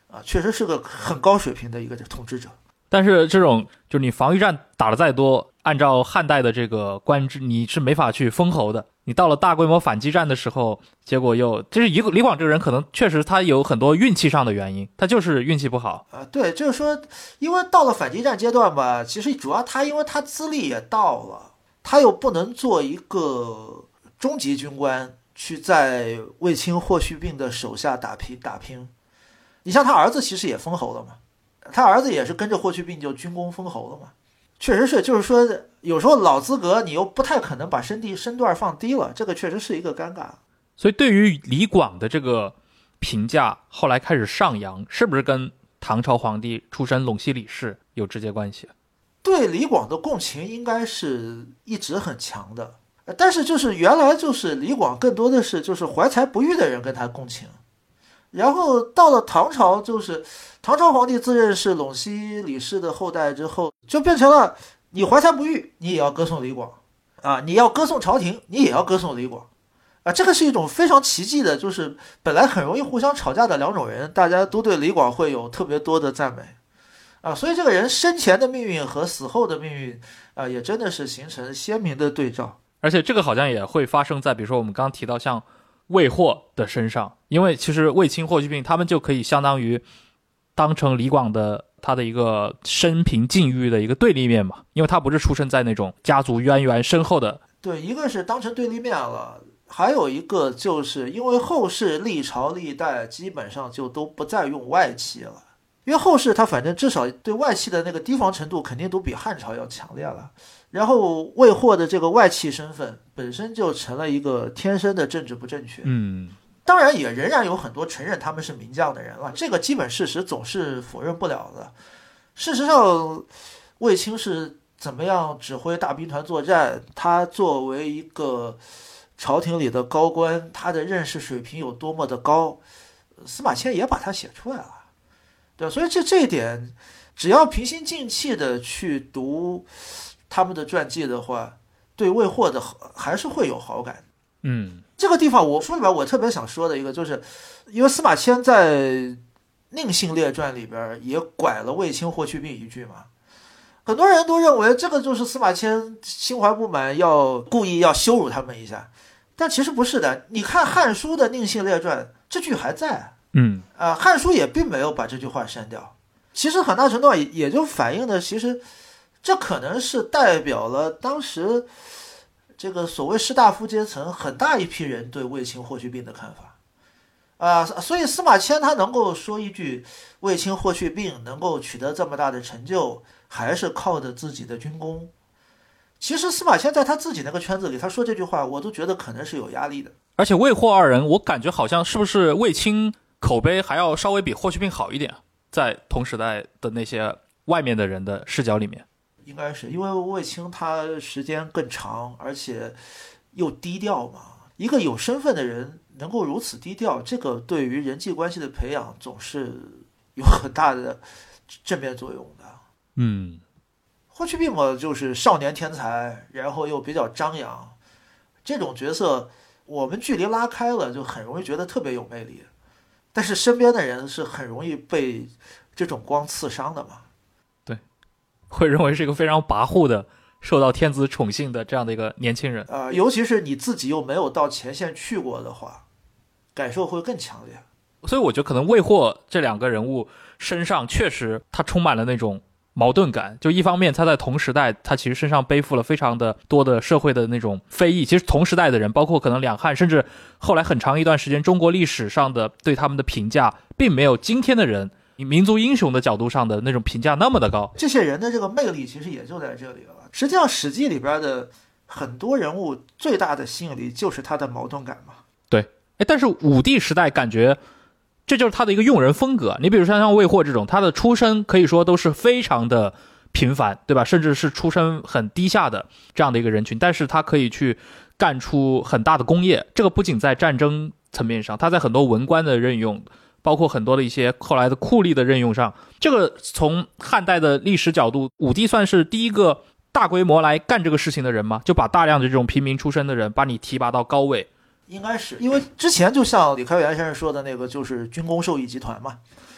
啊，确实是个很高水平的一个统治者。 但是这种就是你防御战打得再多，按照汉代的这个官制，你是没法去封侯的。你到了大规模反击战的时候，结果又就是李广这个人可能确实他有很多运气上的原因，他就是运气不好。 对，就是说，因为到了反击战阶段吧，其实主要因为他资历也到了，他又不能做一个中级军官去在卫青、霍去病的手下打拼。你像他儿子其实也封侯了嘛，他儿子也是跟着霍去病就军功封侯了嘛。确实是，就是说有时候老资格你又不太可能把身段放低了，这个确实是一个尴尬。 所以对于李广的这个评价后来开始上扬，是不是跟唐朝皇帝出身陇西李氏有直接关系？ 对李广的共情应该是一直很强的，但是就是原来就是李广更多的是就是怀才不遇的人跟他共情，然后到了唐朝，就是唐朝皇帝自认是陇西李氏的后代之后，就变成了你怀才不遇，你也要歌颂李广啊，你要歌颂朝廷，你也要歌颂李广啊，这个是一种非常奇迹的，就是本来很容易互相吵架的两种人，大家都对李广会有特别多的赞美啊，所以这个人生前的命运和死后的命运啊，也真的是形成鲜明的对照。 而且这个好像也会发生在比如说我们刚刚提到像魏霍的身上，因为其实卫青、霍去病他们就可以相当于当成李广的他的一个生平境遇的一个对立面嘛，因为他不是出生在那种家族渊源深厚的。 对，一个是当成对立面了，还有一个就是因为后世历朝历代基本上就都不再用外戚了，因为后世他反正至少对外戚的那个提防程度肯定都比汉朝要强烈了，然后魏霍的这个外戚身份本身就成了一个天生的政治不正确。当然也仍然有很多承认他们是名将的人了，这个基本事实总是否认不了的。事实上卫青是怎么样指挥大兵团作战，他作为一个朝廷里的高官，他的认识水平有多么的高，司马迁也把它写出来了。对，所以这一点只要平心静气的去读他们的传记的话，对魏霍的还是会有好感。这个地方我说里边我特别想说的一个，就是因为司马迁在《宁信列传》里边也拐了卫青、霍去病一句嘛，很多人都认为这个就是司马迁心怀不满，要故意要羞辱他们一下，但其实不是的。你看《汉书》的《宁信列传》，这句还在。汉书也并没有把这句话删掉。其实很大程度上也就反映的，其实这可能是代表了当时这个所谓士大夫阶层很大一批人对卫青、霍去病的看法所以司马迁他能够说一句卫青、霍去病能够取得这么大的成就，还是靠着自己的军功。其实司马迁在他自己那个圈子里，他说这句话，我都觉得可能是有压力的。 而且魏霍二人，我感觉好像是不是卫青口碑还要稍微比霍去病好一点，在同时代的那些外面的人的视角里面。 应该是因为卫青他时间更长，而且又低调嘛。一个有身份的人能够如此低调，这个对于人际关系的培养总是有很大的正面作用的。霍去病嘛，就是少年天才，然后又比较张扬，这种角色我们距离拉开了，就很容易觉得特别有魅力。但是身边的人是很容易被这种光刺伤的嘛。 会认为是一个非常跋扈的受到天子宠幸的这样的一个年轻人尤其是你自己又没有到前线去过的话，感受会更强烈。 所以我觉得可能魏霍这两个人物身上确实他充满了那种矛盾感，就一方面他在同时代他其实身上背负了非常的多的社会的那种非议，其实同时代的人包括可能两汉甚至后来很长一段时间中国历史上的对他们的评价并没有今天的人民族英雄的角度上的那种评价那么的高。 这些人的这个魅力其实也就在这里了。实际上史记里边的很多人物最大的吸引力就是他的矛盾感嘛。 对，但是武帝时代感觉这就是他的一个用人风格。你比如说像魏霍这种，他的出身可以说都是非常的平凡，对吧？甚至是出身很低下的这样的一个人群，但是他可以去干出很大的功业。这个不仅在战争层面上，他在很多文官的任用，包括很多的一些后来的酷吏的任用上，这个从汉代的历史角度，武帝算是第一个大规模来干这个事情的人吗？就把大量的这种平民出身的人把你提拔到高位。应该是因为之前就像李开元先生说的那个，就是军工授意集团嘛，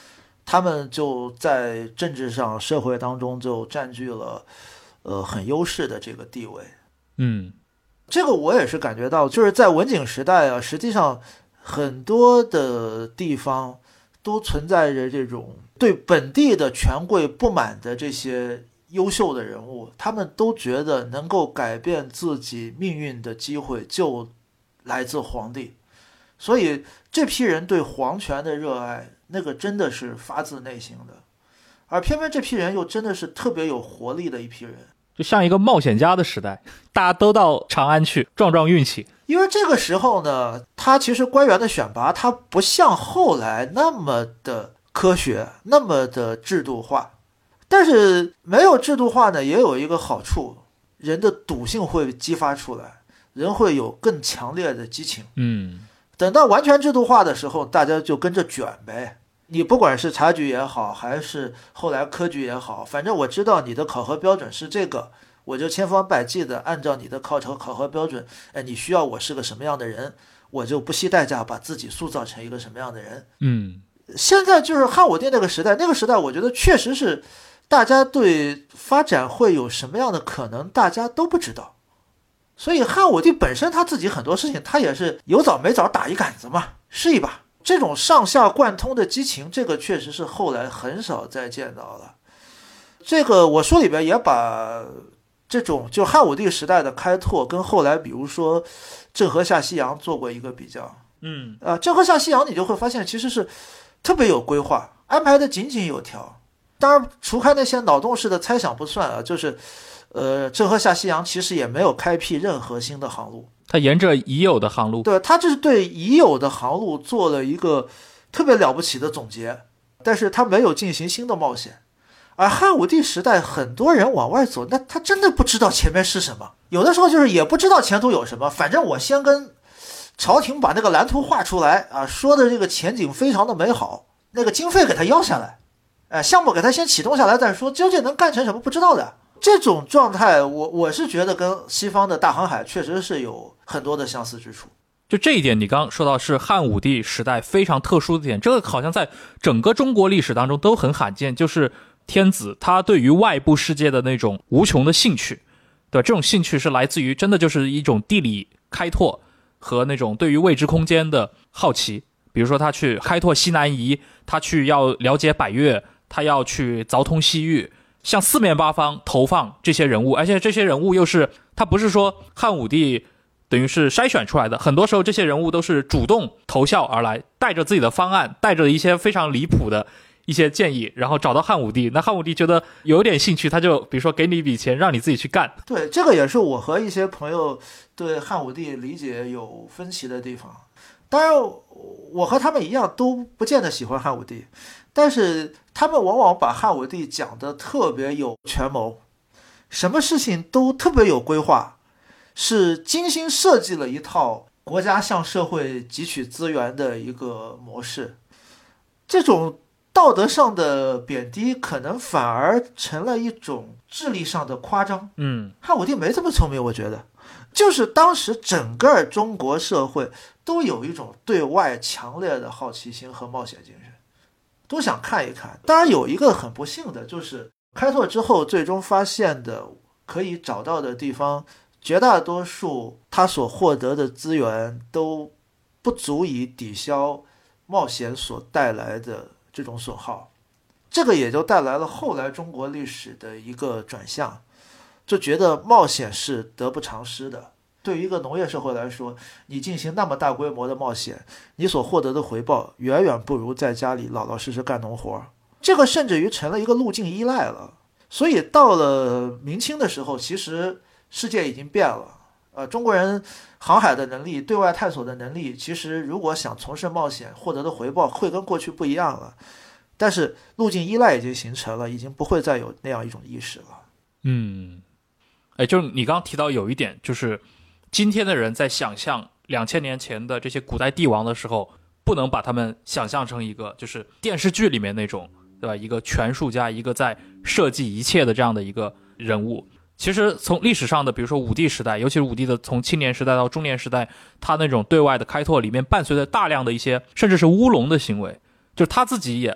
他们就在政治上、社会当中就占据了很优势的这个地位。这个我也是感觉到，就是在文景时代啊，实际上很多的地方都存在着这种对本地的权贵不满的这些优秀的人物，他们都觉得能够改变自己命运的机会就来自皇帝，所以这批人对皇权的热爱，那个真的是发自内心的，而偏偏这批人又真的是特别有活力的一批人， 就像一个冒险家的时代，大家都到长安去撞撞运气。 因为这个时候呢，他其实官员的选拔，他不像后来那么的科学，那么的制度化。但是没有制度化呢，也有一个好处，人的赌性会激发出来，人会有更强烈的激情。等到完全制度化的时候，大家就跟着卷呗。你不管是察举也好，还是后来科举也好，反正我知道你的考核标准是这个，我就千方百计的按照你的考核标准，你需要我是个什么样的人，我就不惜代价把自己塑造成一个什么样的人。现在就是汉武帝那个时代，我觉得确实是大家对发展会有什么样的可能，大家都不知道。所以汉武帝本身他自己很多事情，他也是有枣没枣打一杆子嘛，试一把。这种上下贯通的激情，这个确实是后来很少再见到了。这个我书里边也把这种就汉武帝时代的开拓跟后来比如说郑和下西洋做过一个比较。郑和下西洋你就会发现其实是特别有规划，安排的井井有条。当然除开那些脑洞式的猜想不算啊，就是郑和下西洋其实也没有开辟任何新的航路， 他沿着已有的航路， 对，他这是对已有的航路做了一个特别了不起的总结，但是他没有进行新的冒险。而汉武帝时代很多人往外走，那他真的不知道前面是什么，有的时候就是也不知道前途有什么，反正我先跟朝廷把那个蓝图画出来啊，说的这个前景非常的美好，那个经费给他要下来，项目给他先启动下来再说，究竟能干成什么不知道的。这种状态我是觉得跟西方的大航海确实是有很多的相似之处。 就这一点你刚刚说到是汉武帝时代非常特殊的点，这个好像在整个中国历史当中都很罕见，就是天子他对于外部世界的那种无穷的兴趣，对，这种兴趣是来自于真的就是一种地理开拓和那种对于未知空间的好奇。比如说他去开拓西南夷，他去要了解百越，他要去凿通西域，向四面八方投放这些人物，而且这些人物又是他不是说汉武帝等于是筛选出来的，很多时候这些人物都是主动投效而来，带着自己的方案，带着一些非常离谱的一些建议，然后找到汉武帝，那汉武帝觉得有点兴趣，他就比如说给你一笔钱让你自己去干。 对，这个也是我和一些朋友对汉武帝理解有分歧的地方。当然我和他们一样都不见得喜欢汉武帝，但是他们往往把汉武帝讲得特别有权谋，什么事情都特别有规划，是精心设计了一套国家向社会汲取资源的一个模式。这种道德上的贬低可能反而成了一种智力上的夸张。汉武帝没这么聪明，我觉得就是当时整个中国社会都有一种对外强烈的好奇心和冒险精神，都想看一看。当然有一个很不幸的，就是开拓之后最终发现的可以找到的地方，绝大多数他所获得的资源都不足以抵消冒险所带来的这种损耗。这个也就带来了后来中国历史的一个转向，就觉得冒险是得不偿失的。对于一个农业社会来说，你进行那么大规模的冒险，你所获得的回报远远不如在家里老老实实干农活，这个甚至于成了一个路径依赖了。所以到了明清的时候，其实世界已经变了。中国人航海的能力，对外探索的能力，其实如果想从事冒险，获得的回报会跟过去不一样了。但是路径依赖已经形成了，已经不会再有那样一种意识了。 就是你刚刚提到有一点，就是今天的人在想象2000年前的这些古代帝王的时候，不能把他们想象成一个就是电视剧里面那种，对吧？一个权术家，一个在设计一切的这样的一个人物。其实从历史上的比如说武帝时代，尤其是武帝的从青年时代到中年时代，他那种对外的开拓里面伴随着大量的一些甚至是乌龙的行为，就是他自己也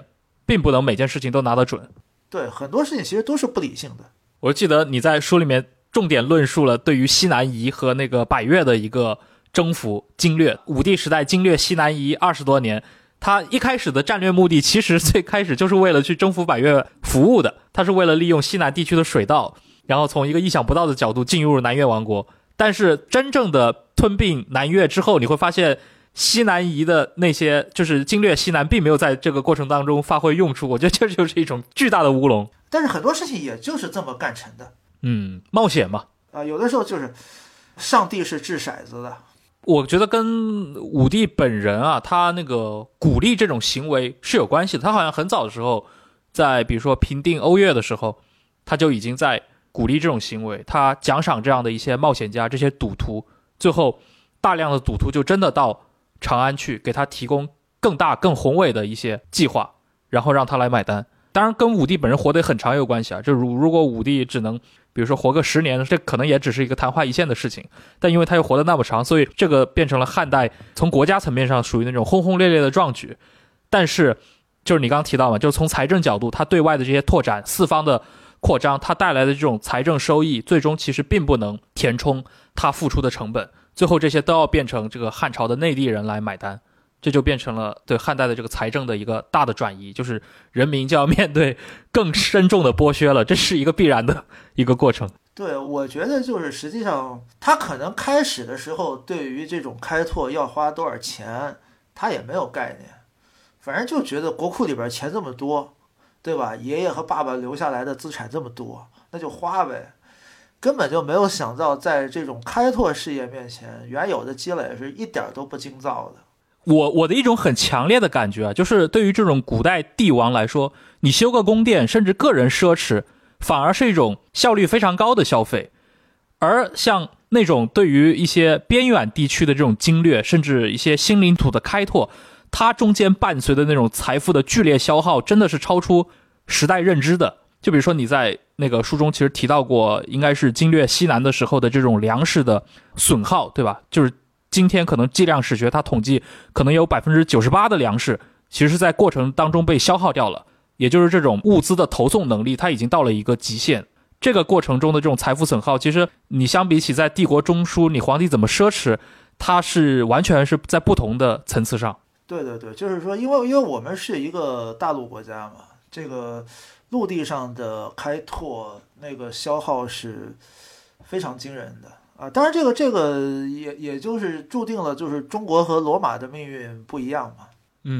并不能每件事情都拿得准。 对，很多事情其实都是不理性的。 我记得你在书里面重点论述了对于西南夷和那个百越的一个征服经略。武帝时代经略西南夷20多年，他一开始的战略目的其实最开始就是为了去征服百越服务的，他是为了利用西南地区的水道，然后从一个意想不到的角度进入南越王国。但是真正的吞并南越之后，你会发现西南夷的那些就是经略西南并没有在这个过程当中发挥用处，我觉得这就是一种巨大的乌龙。 但是很多事情也就是这么干成的。 冒险嘛。 有的时候就是上帝是掷骰子的。 我觉得跟武帝本人啊，他那个鼓励这种行为是有关系的。他好像很早的时候，在比如说平定欧越的时候，他就已经在鼓励这种行为，他奖赏这样的一些冒险家，这些赌徒，最后大量的赌徒就真的到长安去，给他提供更大更宏伟的一些计划，然后让他来买单。当然跟武帝本人活得很长有关系啊，就如果武帝只能比如说活个10年，这可能也只是一个昙花一现的事情，但因为他又活得那么长，所以这个变成了汉代从国家层面上属于那种轰轰烈烈的壮举。但是就是你刚刚提到嘛，就是从财政角度，他对外的这些拓展，四方的扩张，它带来的这种财政收益，最终其实并不能填充他付出的成本，最后这些都要变成这个汉朝的内地人来买单。这就变成了对汉代的这个财政的一个大的转移，就是人民就要面对更深重的剥削了，这是一个必然的一个过程。 对，我觉得就是实际上他可能开始的时候对于这种开拓要花多少钱他也没有概念，反正就觉得国库里边钱这么多，对吧？爷爷和爸爸留下来的资产这么多，那就花呗，根本就没有想到在这种开拓事业面前，原有的积累是一点都不经造的。 我的一种很强烈的感觉啊，就是对于这种古代帝王来说，你修个宫殿，甚至个人奢侈，反而是一种效率非常高的消费。而像那种对于一些边远地区的这种经略，甚至一些新领土的开拓，它中间伴随的那种财富的剧烈消耗，真的是超出时代认知的。就比如说你在那个书中其实提到过，应该是经略西南的时候的这种粮食的损耗，对吧？就是今天可能计量史学它统计可能有 98% 的粮食其实是在过程当中被消耗掉了，也就是这种物资的投送能力它已经到了一个极限。这个过程中的这种财富损耗，其实你相比起在帝国中枢你皇帝怎么奢侈，它是完全是在不同的层次上。 对对对，就是说因为我们是一个大陆国家嘛，这个陆地上的开拓那个消耗是非常惊人的啊，当然这个也就是注定了就是中国和罗马的命运不一样嘛。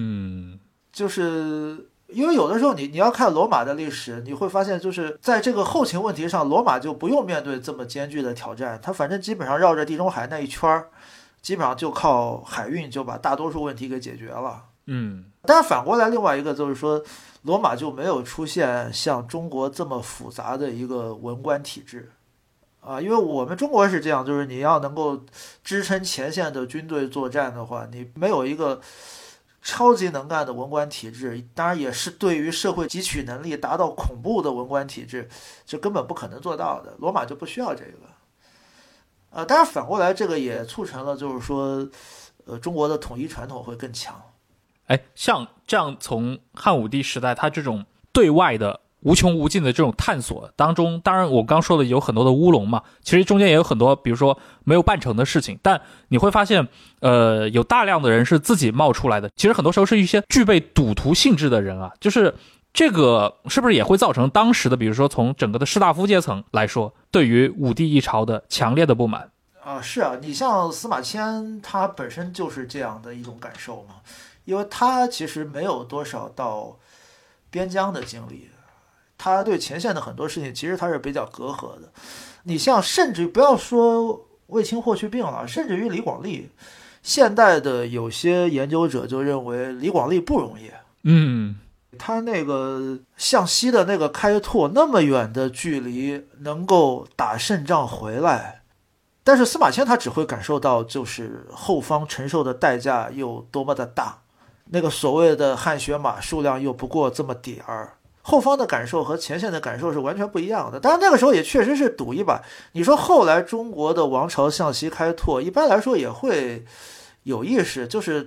就是因为有的时候你要看罗马的历史，你会发现就是在这个后勤问题上，罗马就不用面对这么艰巨的挑战，它反正基本上绕着地中海那一圈，基本上就靠海运就把大多数问题给解决了。但是反过来另外一个就是说，罗马就没有出现像中国这么复杂的一个文官体制。因为我们中国是这样，就是你要能够支撑前线的军队作战的话，你没有一个超级能干的文官体制，当然也是对于社会汲取能力达到恐怖的文官体制，这根本不可能做到的。罗马就不需要这个。当然反过来这个也促成了就是说中国的统一传统会更强。 像这样从汉武帝时代他这种对外的无穷无尽的这种探索当中，当然我刚说的有很多的乌龙嘛，其实中间也有很多比如说没有办成的事情，但你会发现有大量的人是自己冒出来的，其实很多时候是一些具备赌徒性质的人啊，就是这个是不是也会造成当时的比如说从整个的士大夫阶层来说对于武帝一朝的强烈的不满是啊，你像司马迁他本身就是这样的一种感受嘛，因为他其实没有多少到边疆的经历，他对前线的很多事情其实他是比较隔阂的。你像甚至不要说卫青、霍去病了，甚至于李广利，现代的有些研究者就认为李广利不容易。他那个向西的那个开拓，那么远的距离能够打胜仗回来，但是司马迁他只会感受到就是后方承受的代价有多么的大，那个所谓的汗血马数量又不过这么点儿，后方的感受和前线的感受是完全不一样的。当然那个时候也确实是赌一把，你说后来中国的王朝向西开拓一般来说也会有意识，就是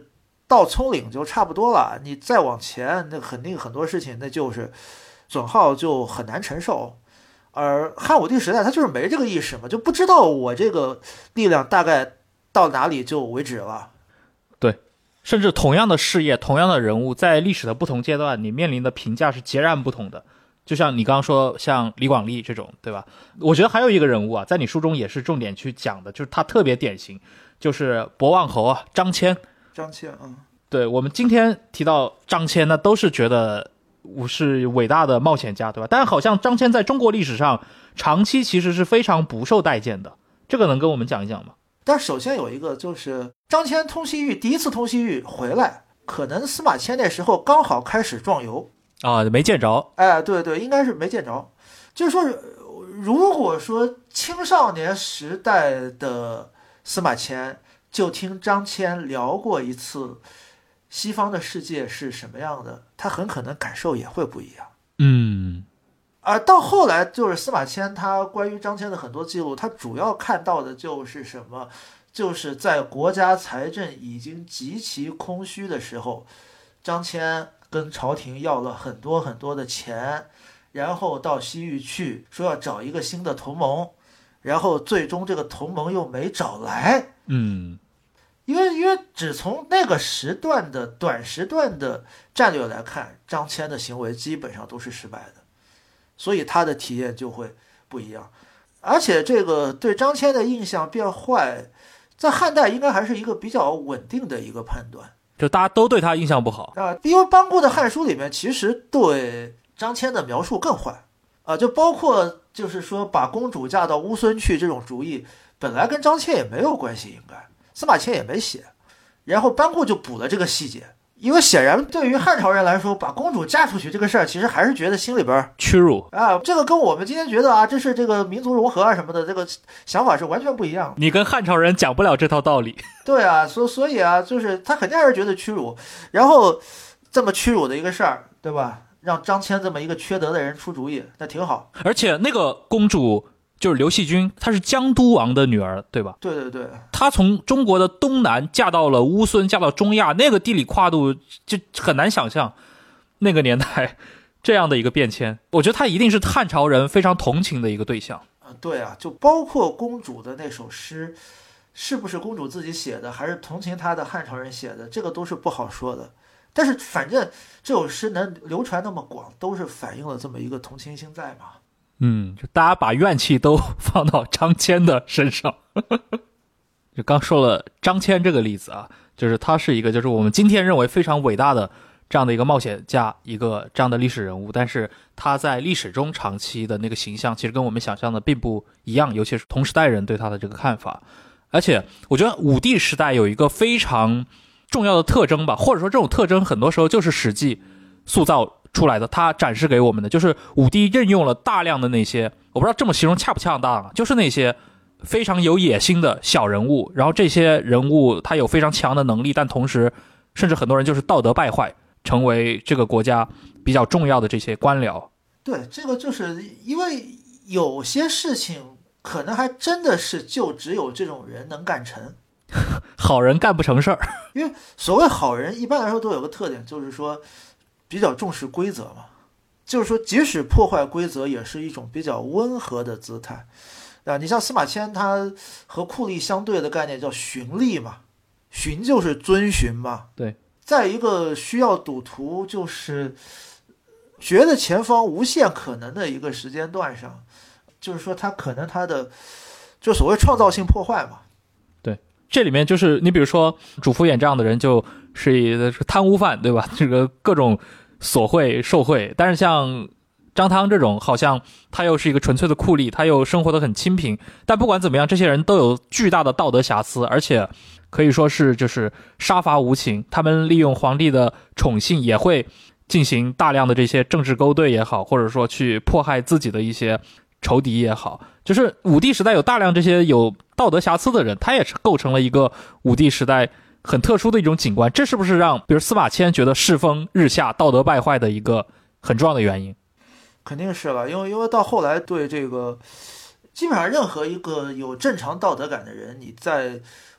到葱岭就差不多了，你再往前，那肯定很多事情那就是损耗就很难承受。而汉武帝时代他就是没这个意识嘛，就不知道我这个力量大概到哪里就为止了。 对，甚至同样的事业，同样的人物，在历史的不同阶段，你面临的评价是截然不同的。就像你刚刚说，像李广利这种，对吧？我觉得还有一个人物啊，在你书中也是重点去讲的，就是他特别典型，就是博望侯啊，张骞。 张骞， 对，我们今天提到张骞呢，都是觉得是伟大的冒险家，对吧？但是好像张骞在中国历史上长期其实是非常不受待见的，这个能跟我们讲一讲吗？ 但首先有一个就是张骞通西域，第一次通西域回来，可能司马迁那时候刚好开始壮游啊，没见着。 哎，对对，应该是没见着。就是说，如果说青少年时代的司马迁就听张骞聊过一次西方的世界是什么样的，他很可能感受也会不一样。而到后来，就是司马迁他关于张骞的很多记录，他主要看到的就是什么？就是在国家财政已经极其空虚的时候，张骞跟朝廷要了很多很多的钱，然后到西域去说要找一个新的同盟，然后最终这个同盟又没找来。因为只从那个时段的短时段的战略来看，张骞的行为基本上都是失败的，所以他的体验就会不一样。而且这个对张骞的印象变坏，在汉代应该还是一个比较稳定的一个判断， 就大家都对他印象不好因为班固的《汉书》里面其实对张骞的描述更坏就包括就是说把公主嫁到乌孙去这种主意，本来跟张骞也没有关系，应该司马迁也没写，然后班固就补了这个细节。因为显然对于汉朝人来说，把公主嫁出去这个事儿，其实还是觉得心里边屈辱这个跟我们今天觉得这是这个民族融合什么的，这个想法是完全不一样的。 你跟汉朝人讲不了这套道理。 对所以就是他肯定还是觉得屈辱，然后这么屈辱的一个事儿，对吧？让张骞这么一个缺德的人出主意，那挺好。 而且那个公主就是刘细君，她是江都王的女儿，对吧？ 对对对， 她从中国的东南嫁到了乌孙，嫁到中亚，那个地理跨度就很难想象那个年代这样的一个变迁。我觉得她一定是汉朝人非常同情的一个对象。 对就包括公主的那首诗，是不是公主自己写的，还是同情她的汉朝人写的，这个都是不好说的。但是反正这首诗能流传那么广，都是反映了这么一个同情心在嘛。 就大家把怨气都放到张骞的身上。就刚说了张骞这个例子就是他是一个就是我们今天认为非常伟大的这样的一个冒险家，一个这样的历史人物，但是他在历史中长期的那个形象其实跟我们想象的并不一样，尤其是同时代人对他的这个看法。而且我觉得武帝时代有一个非常重要的特征吧，或者说这种特征很多时候就是史记塑造出来的，他展示给我们的就是武帝任用了大量的那些，我不知道这么形容恰不恰当就是那些非常有野心的小人物，然后这些人物他有非常强的能力，但同时甚至很多人就是道德败坏，成为这个国家比较重要的这些官僚。 对，这个就是因为有些事情可能还真的是就只有这种人能干成， 好人干不成事儿。 因为所谓好人一般来说都有个特点，就是说比较重视规则嘛，就是说即使破坏规则也是一种比较温和的姿态你像司马迁他和酷吏相对的概念叫循吏嘛，循就是遵循嘛。 对， 在一个需要赌徒就是觉得前方无限可能的一个时间段上，就是说他可能他的就所谓创造性破坏嘛。 对，这里面就是你比如说主父偃这样的人就是一个贪污犯，对吧？这个各种索贿受贿，但是像张汤这种好像他又是一个纯粹的酷吏，他又生活得很清贫，但不管怎么样这些人都有巨大的道德瑕疵，而且可以说是就是杀伐无情，他们利用皇帝的宠幸也会进行大量的这些政治勾兑也好，或者说去迫害自己的一些仇敌也好，就是武帝时代有大量这些有道德瑕疵的人，他也是构成了一个武帝时代很特殊的一种景观。这是不是让比如司马迁觉得世风日下道德败坏的一个很重要的原因？ 肯定是了，因为到后来对这个基本上任何一个有正常道德感的人，你在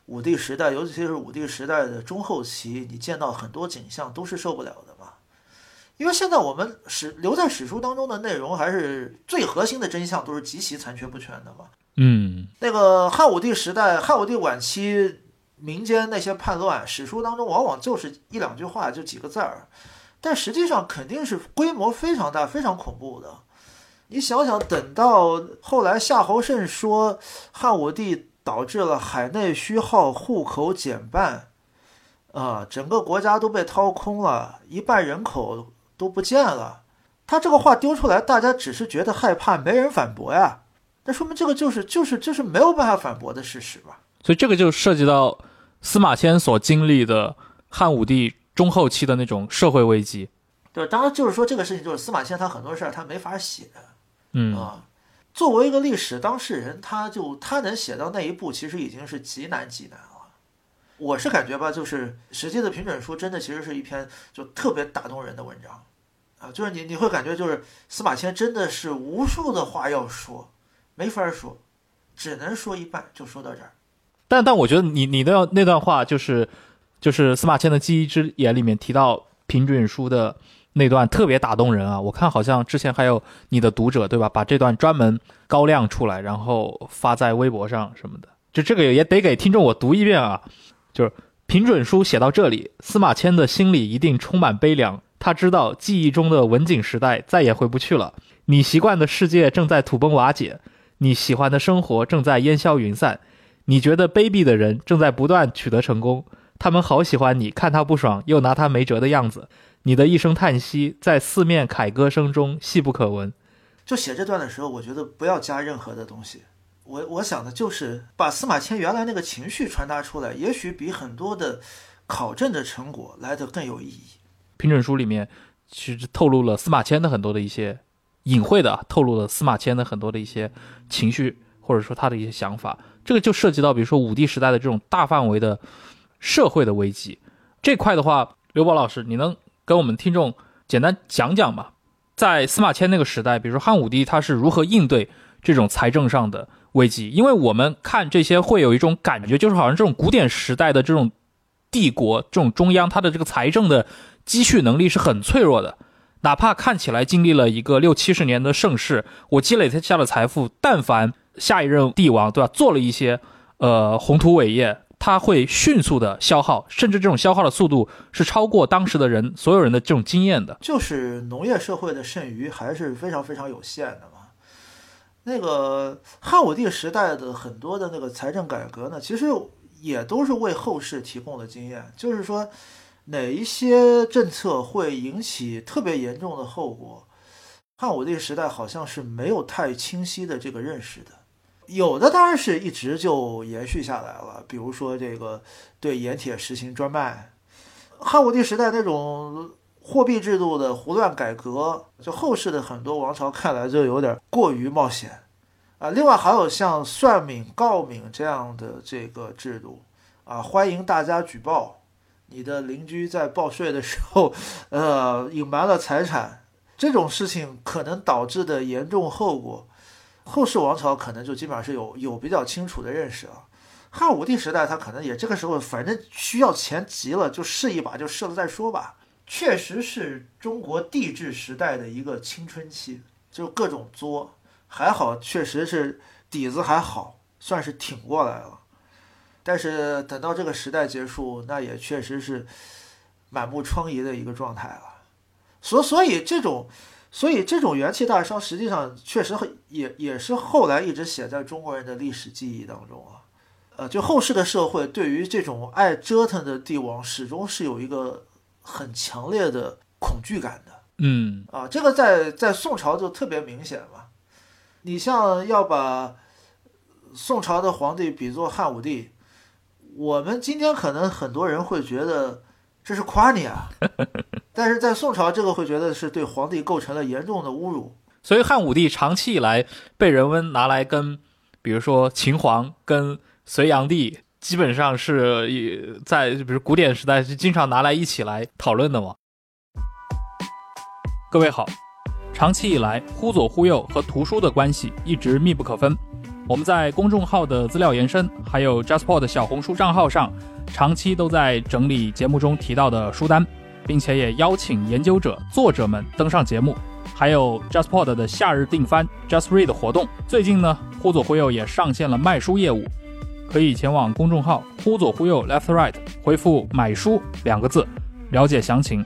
武帝时代，尤其是武帝时代的中后期，你见到很多景象都是受不了的嘛。因为现在我们留在史书当中的内容，还是最核心的真相都是极其残缺不全的嘛。那个汉武帝时代，汉武帝晚期民间那些叛乱，史书当中往往就是一两句话，就几个字儿，但实际上肯定是规模非常大、非常恐怖的。你想想，等到后来夏侯慎说汉武帝导致了海内虚耗，户口减半，整个国家都被掏空了，一半人口都不见了。他这个话丢出来，大家只是觉得害怕，没人反驳呀。那说明这个就是没有办法反驳的事实吧。 所以这个就涉及到司马迁所经历的汉武帝中后期的那种社会危机。 对，当然就是说这个事情，就是司马迁他很多事儿他没法写。作为一个历史当事人，他能写到那一步，其实已经是极难了。我是感觉吧，就是《史记》的评准书真的其实是一篇就特别打动人的文章啊，就是你会感觉就是司马迁真的是无数的话要说，没法说，只能说一半，就说到这儿。 但我觉得你的那段话就是司马迁的《记忆之言》里面提到评准书的那段特别打动人啊！我看好像之前还有你的读者对吧，把这段专门高亮出来，然后发在微博上什么的。就这个也得给听众我读一遍啊！就是评准书写到这里，司马迁的心里一定充满悲凉。他知道记忆中的文景时代再也回不去了，你习惯的世界正在土崩瓦解，你喜欢的生活正在烟消云散，你觉得卑鄙的人正在不断取得成功，他们好喜欢你看他不爽又拿他没辙的样子，你的一声叹息在四面凯歌声中细不可闻。 就写这段的时候，我觉得不要加任何的东西，我想的就是把司马迁原来那个情绪传达出来，也许比很多的考证的成果来得更有意义。 评准书里面其实透露了司马迁的很多的一些隐晦的透露了司马迁的很多的一些情绪，或者说他的一些想法。这个就涉及到比如说武帝时代的这种大范围的社会的危机。这块的话，刘宝老师你能跟我们听众简单讲讲吗？在司马迁那个时代，比如说汉武帝他是如何应对这种财政上的危机？因为我们看这些会有一种感觉，就是好像这种古典时代的这种帝国，这种中央，它的这个财政的积蓄能力是很脆弱的。哪怕看起来经历了一个60-70年的盛世，我积累下的财富，但凡下一任帝王对吧，做了一些宏图伟业，他会迅速的消耗，甚至这种消耗的速度是超过当时的人所有人的这种经验的。 就是农业社会的剩余还是非常非常有限的嘛。那个汉武帝时代的很多的那个财政改革呢，其实也都是为后世提供的经验，就是说哪一些政策会引起特别严重的后果，汉武帝时代好像是没有太清晰的这个认识的。有的当然是一直就延续下来了，比如说这个对盐铁实行专卖，汉武帝时代那种货币制度的胡乱改革，就后世的很多王朝看来就有点过于冒险啊。另外还有像算敏、告敏这样的这个制度啊，欢迎大家举报你的邻居在报税的时候隐瞒了财产，这种事情可能导致的严重后果，后世王朝可能就基本上是有比较清楚的认识了。汉武帝时代他可能也这个时候反正需要钱急了，就试一把，就试了再说吧。确实是中国帝制时代的一个青春期，就各种作，还好确实是底子还好，算是挺过来了。但是等到这个时代结束，那也确实是满目疮痍的一个状态了。所以这种元气大伤实际上确实也是后来一直写在中国人的历史记忆当中啊。就后世的社会对于这种爱折腾的帝王始终是有一个很强烈的恐惧感的。这个在宋朝就特别明显嘛。你像要把宋朝的皇帝比作汉武帝，我们今天可能很多人会觉得这是夸你啊，但是在宋朝这个会觉得是对皇帝构成了严重的侮辱。 所以汉武帝长期以来被人们拿来跟比如说秦皇跟隋炀帝基本上是在比如古典时代是经常拿来一起来讨论的嘛。各位好，长期以来忽左忽右和图书的关系一直密不可分。 我们在公众号的资料延伸，还有 JustPod 小红书账号上，长期都在整理节目中提到的书单，并且也邀请研究者、作者们登上节目。还有 JustPod 的夏日订番 Just Read 活动，最近呢，忽左忽右也上线了卖书业务，可以前往公众号忽左忽右 Left Right 回复买书2个字了解详情。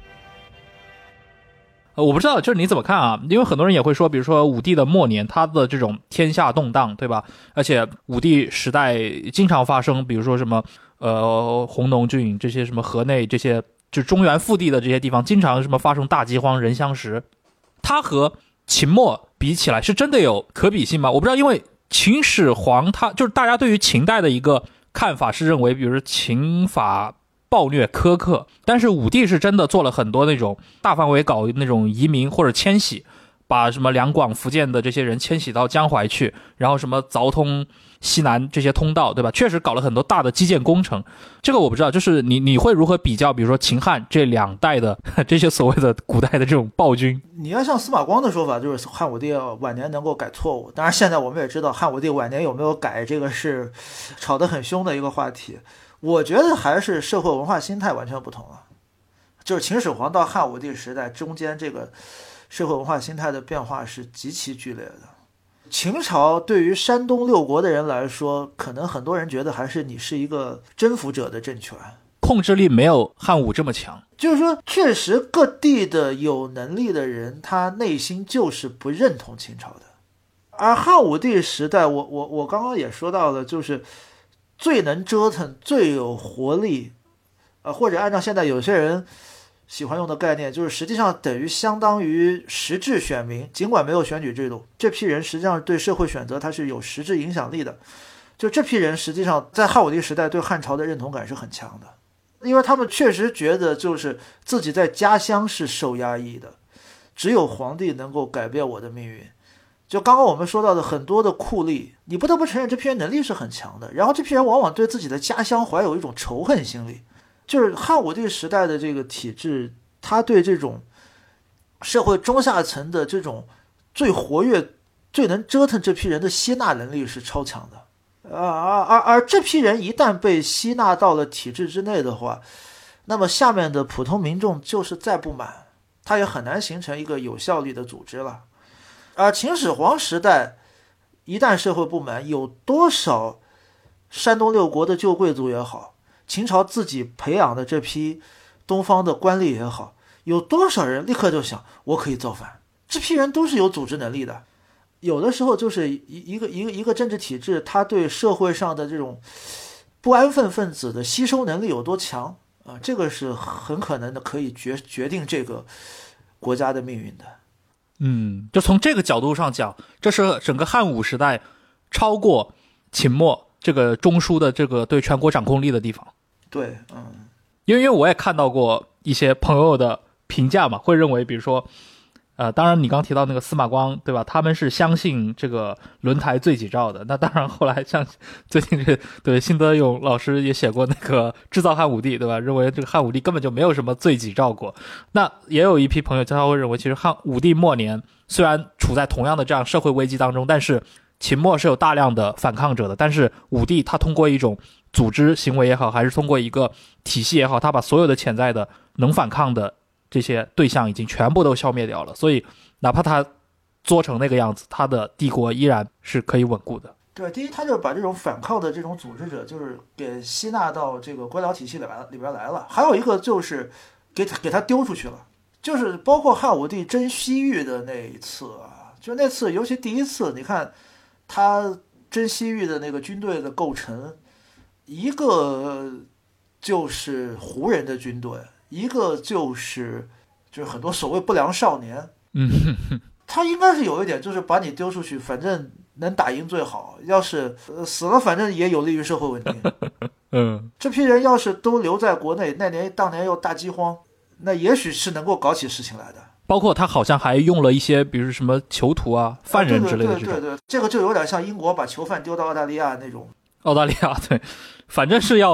我不知道就是你怎么看啊，因为很多人也会说，比如说武帝的末年，他的这种天下动荡，对吧？而且武帝时代经常发生，比如说什么弘农郡这些，什么河内这些，就中原腹地的这些地方，经常什么发生大饥荒、人相食。他和秦末比起来是真的有可比性吗？我不知道，因为秦始皇他就是大家对于秦代的一个看法是认为，比如说秦法暴虐苛刻，但是武帝是真的做了很多那种大范围搞那种移民或者迁徙，把什么两广福建的这些人迁徙到江淮去，然后什么凿通西南这些通道，对吧？确实搞了很多大的基建工程。这个我不知道，就是你会如何比较，比如说秦汉这2代的这些所谓的古代的这种暴君？ 你要像司马光的说法，就是汉武帝晚年能够改错误。当然，现在我们也知道汉武帝晚年有没有改，这个是吵得很凶的一个话题。我觉得还是社会文化心态完全不同了。就是秦始皇到汉武帝时代中间，这个社会文化心态的变化是极其剧烈的。秦朝对于山东6国的人来说，可能很多人觉得还是你是一个征服者的政权， 控制力没有汉武这么强。 就是说，确实各地的有能力的人，他内心就是不认同秦朝的。而汉武帝时代，我刚刚也说到了，就是最能折腾、最有活力，或者按照现在有些人喜欢用的概念，就是实际上等于相当于实质选民，尽管没有选举制度，这批人实际上对社会选择它是有实质影响力的。就这批人实际上在汉武帝时代对汉朝的认同感是很强的，因为他们确实觉得就是自己在家乡是受压抑的，只有皇帝能够改变我的命运。就刚刚我们说到的很多的酷吏，你不得不承认这批人能力是很强的，然后这批人往往对自己的家乡怀有一种仇恨心理。就是汉武帝时代的这个体制，他对这种社会中下层的这种最活跃、最能折腾这批人的吸纳能力是超强的。而这批人一旦被吸纳到了体制之内的话，那么下面的普通民众就是再不满，他也很难形成一个有效率的组织了。而秦始皇时代，一旦社会不满，有多少山东6国的旧贵族也好，秦朝自己培养的这批东方的官吏也好，有多少人立刻就想我可以造反？这批人都是有组织能力的。有的时候就是一个政治体制，它对社会上的这种不安分分子的吸收能力有多强啊？这个是很可能的，可以决定这个国家的命运的。 就从这个角度上讲，这是整个汉武时代超过秦末这个中枢的这个对全国掌控力的地方。 对， 因为我也看到过一些朋友的评价嘛，会认为比如说当然你刚提到那个司马光，对吧？他们是相信这个轮台罪己诏的。那当然后来像最近对辛德勇老师也写过那个制造汉武帝，对吧？认为这个汉武帝根本就没有什么罪己诏过。那也有一批朋友他会认为，其实汉武帝末年虽然处在同样的这样社会危机当中，但是秦末是有大量的反抗者的，但是武帝他通过一种组织行为也好，还是通过一个体系也好，他把所有的潜在的能反抗的这些对象已经全部都消灭掉了，所以哪怕他做成那个样子，他的帝国依然是可以稳固的。 对，第一，他就把这种反抗的这种组织者，就是给吸纳到这个官僚体系里边来了。还有一个就是给他丢出去了，就是包括汉武帝征西域的那一次啊，就那次，尤其第一次，你看他征西域的那个军队的构成，一个就是胡人的军队，一个就是很多所谓不良少年。他应该是有一点，就是把你丢出去，反正能打赢最好，要是死了，反正也有利于社会稳定。这批人要是都留在国内，当年又大饥荒，那也许是能够搞起事情来的。 包括他好像还用了一些，比如什么囚徒啊、犯人之类的这种。 对，这个就有点像英国把囚犯丢到澳大利亚那种。 澳大利亚对，反正是要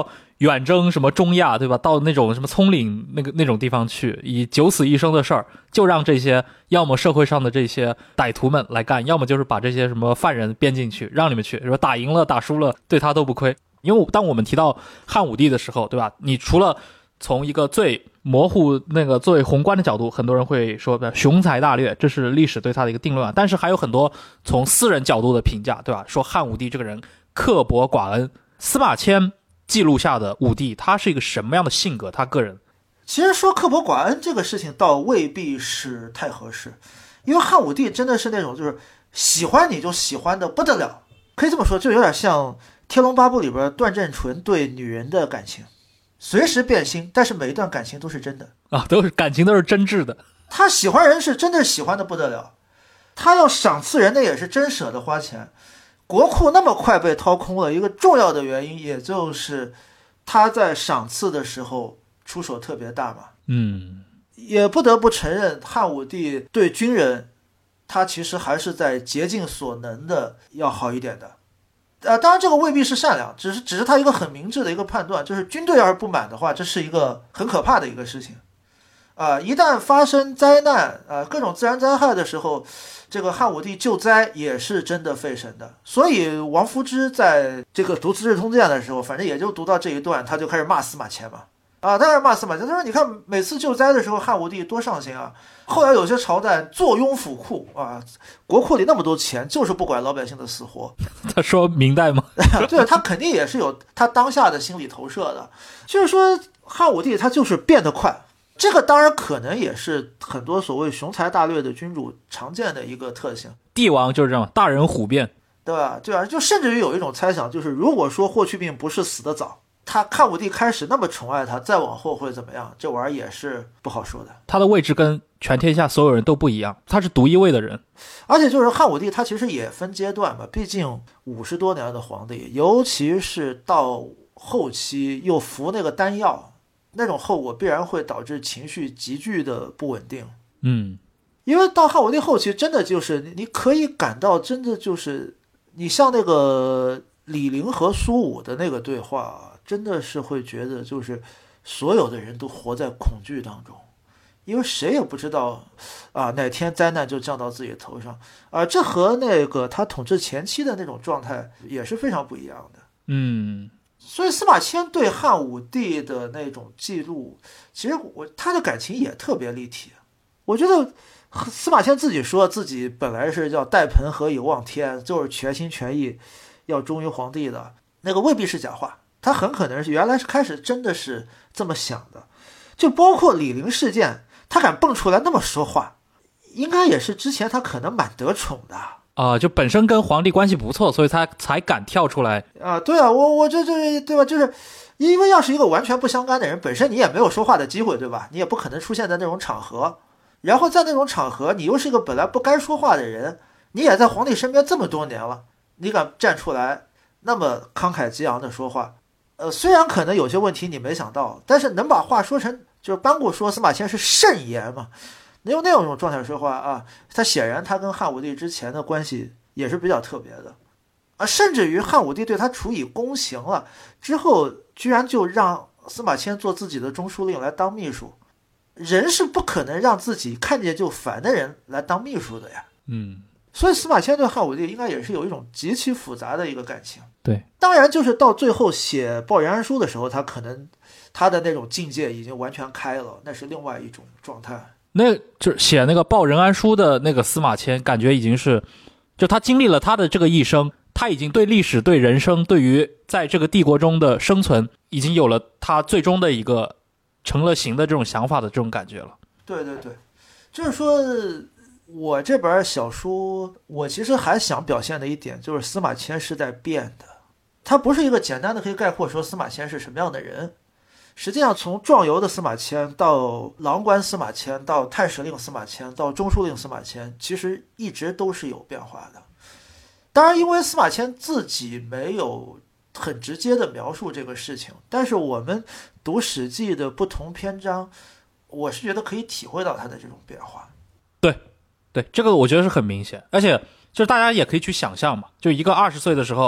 远征什么中亚，对吧？到那种什么葱岭那种地方去，以九死一生的事儿，就让这些要么社会上的这些歹徒们来干，要么就是把这些什么犯人编进去，让你们去，说打赢了打输了对他都不亏。因为当我们提到汉武帝的时候，对吧？你除了从一个最模糊那个最宏观的角度，很多人会说的雄才大略，这是历史对他的一个定论啊。但是还有很多从私人角度的评价，对吧？说汉武帝这个人刻薄寡恩。司马迁记录下的武帝，他是一个什么样的性格？他个人其实说刻薄寡恩这个事情倒未必是太合适，因为汉武帝真的是那种就是喜欢你就喜欢的不得了，可以这么说，就有点像《天龙八部》里边段正淳对女人的感情，随时变心，但是每一段感情都是真的啊，感情都是真挚的。 他喜欢人是真的喜欢的不得了，他要赏赐人的也是真舍得花钱。国库那么快被掏空了，一个重要的原因也就是他在赏赐的时候出手特别大嘛。也不得不承认汉武帝对军人他其实还是在竭尽所能的要好一点的。当然这个未必是善良，只是他一个很明智的一个判断，就是军队要是不满的话，这是一个很可怕的一个事情。一旦发生灾难各种自然灾害的时候，这个汉武帝救灾也是真的费神的。所以王夫之在这个读《资治通鉴》的时候，反正也就读到这一段，他就开始骂司马迁嘛。当然骂司马迁，他说你看每次救灾的时候汉武帝多上心啊。后来有些朝代坐拥府库国库里那么多钱，就是不管老百姓的死活。 他说明代吗？ 对，他肯定也是有他当下的心理投射的。就是说汉武帝他就是变得快，这个当然可能也是很多所谓雄才大略的君主常见的一个特性。 帝王就是这样，大人虎变， 对吧？对啊，就甚至于有一种猜想，就是如果说霍去病不是死得早，汉武帝开始那么宠爱他，再往后会怎么样？这玩意儿也是不好说的。 他的位置跟全天下所有人都不一样，他是独一位的人。 而且就是汉武帝他其实也分阶段嘛，毕竟50多年的皇帝，尤其是到后期又服那个丹药，那种后果必然会导致情绪急剧的不稳定。因为到汉武帝后期，真的就是你可以感到，真的就是你像那个李陵和苏武的那个对话，真的是会觉得就是所有的人都活在恐惧当中，因为谁也不知道哪天灾难就降到自己头上这和那个他统治前期的那种状态也是非常不一样的。所以司马迁对汉武帝的那种记录，其实他的感情也特别立体。我觉得司马迁自己说自己本来是叫戴盆和有望天，就是全心全意要忠于皇帝的，那个未必是假话，他很可能是原来是开始真的是这么想的。就包括李陵事件，他敢蹦出来那么说话，应该也是之前他可能蛮得宠的就本身跟皇帝关系不错，所以他才敢跳出来对啊，我这对吧？就是因为要是一个完全不相干的人，本身你也没有说话的机会，对吧？你也不可能出现在那种场合，然后在那种场合，你又是一个本来不该说话的人，你也在皇帝身边这么多年了，你敢站出来那么慷慨激昂的说话，虽然可能有些问题你没想到，但是能把话说成，就是班固说司马迁是慎言嘛，能用那种状态说话他显然他跟汉武帝之前的关系也是比较特别的甚至于汉武帝对他处以宫刑了之后，居然就让司马迁做自己的中书令来当秘书。人是不可能让自己看见就烦的人来当秘书的呀。所以司马迁对汉武帝应该也是有一种极其复杂的一个感情。 对， 当然就是到最后写报任安书的时候，他可能他的那种境界已经完全开了，那是另外一种状态。 那就是写那个报任安书的那个司马迁，感觉已经是，就他经历了他的这个一生，他已经对历史、对人生、对于在这个帝国中的生存，已经有了他最终的一个成了形的这种想法的这种感觉了。 对对对，就是说我这本小书，我其实还想表现的一点就是司马迁是在变的，他不是一个简单的可以概括说司马迁是什么样的人。实际上从壮游的司马迁到郎官司马迁到太史令司马迁到中书令司马迁，其实一直都是有变化的。当然因为司马迁自己没有很直接的描述这个事情，但是我们读史记的不同篇章，我是觉得可以体会到他的这种变化。 对，这个我觉得是很明显，而且就是大家也可以去想象嘛，就一个20岁的时候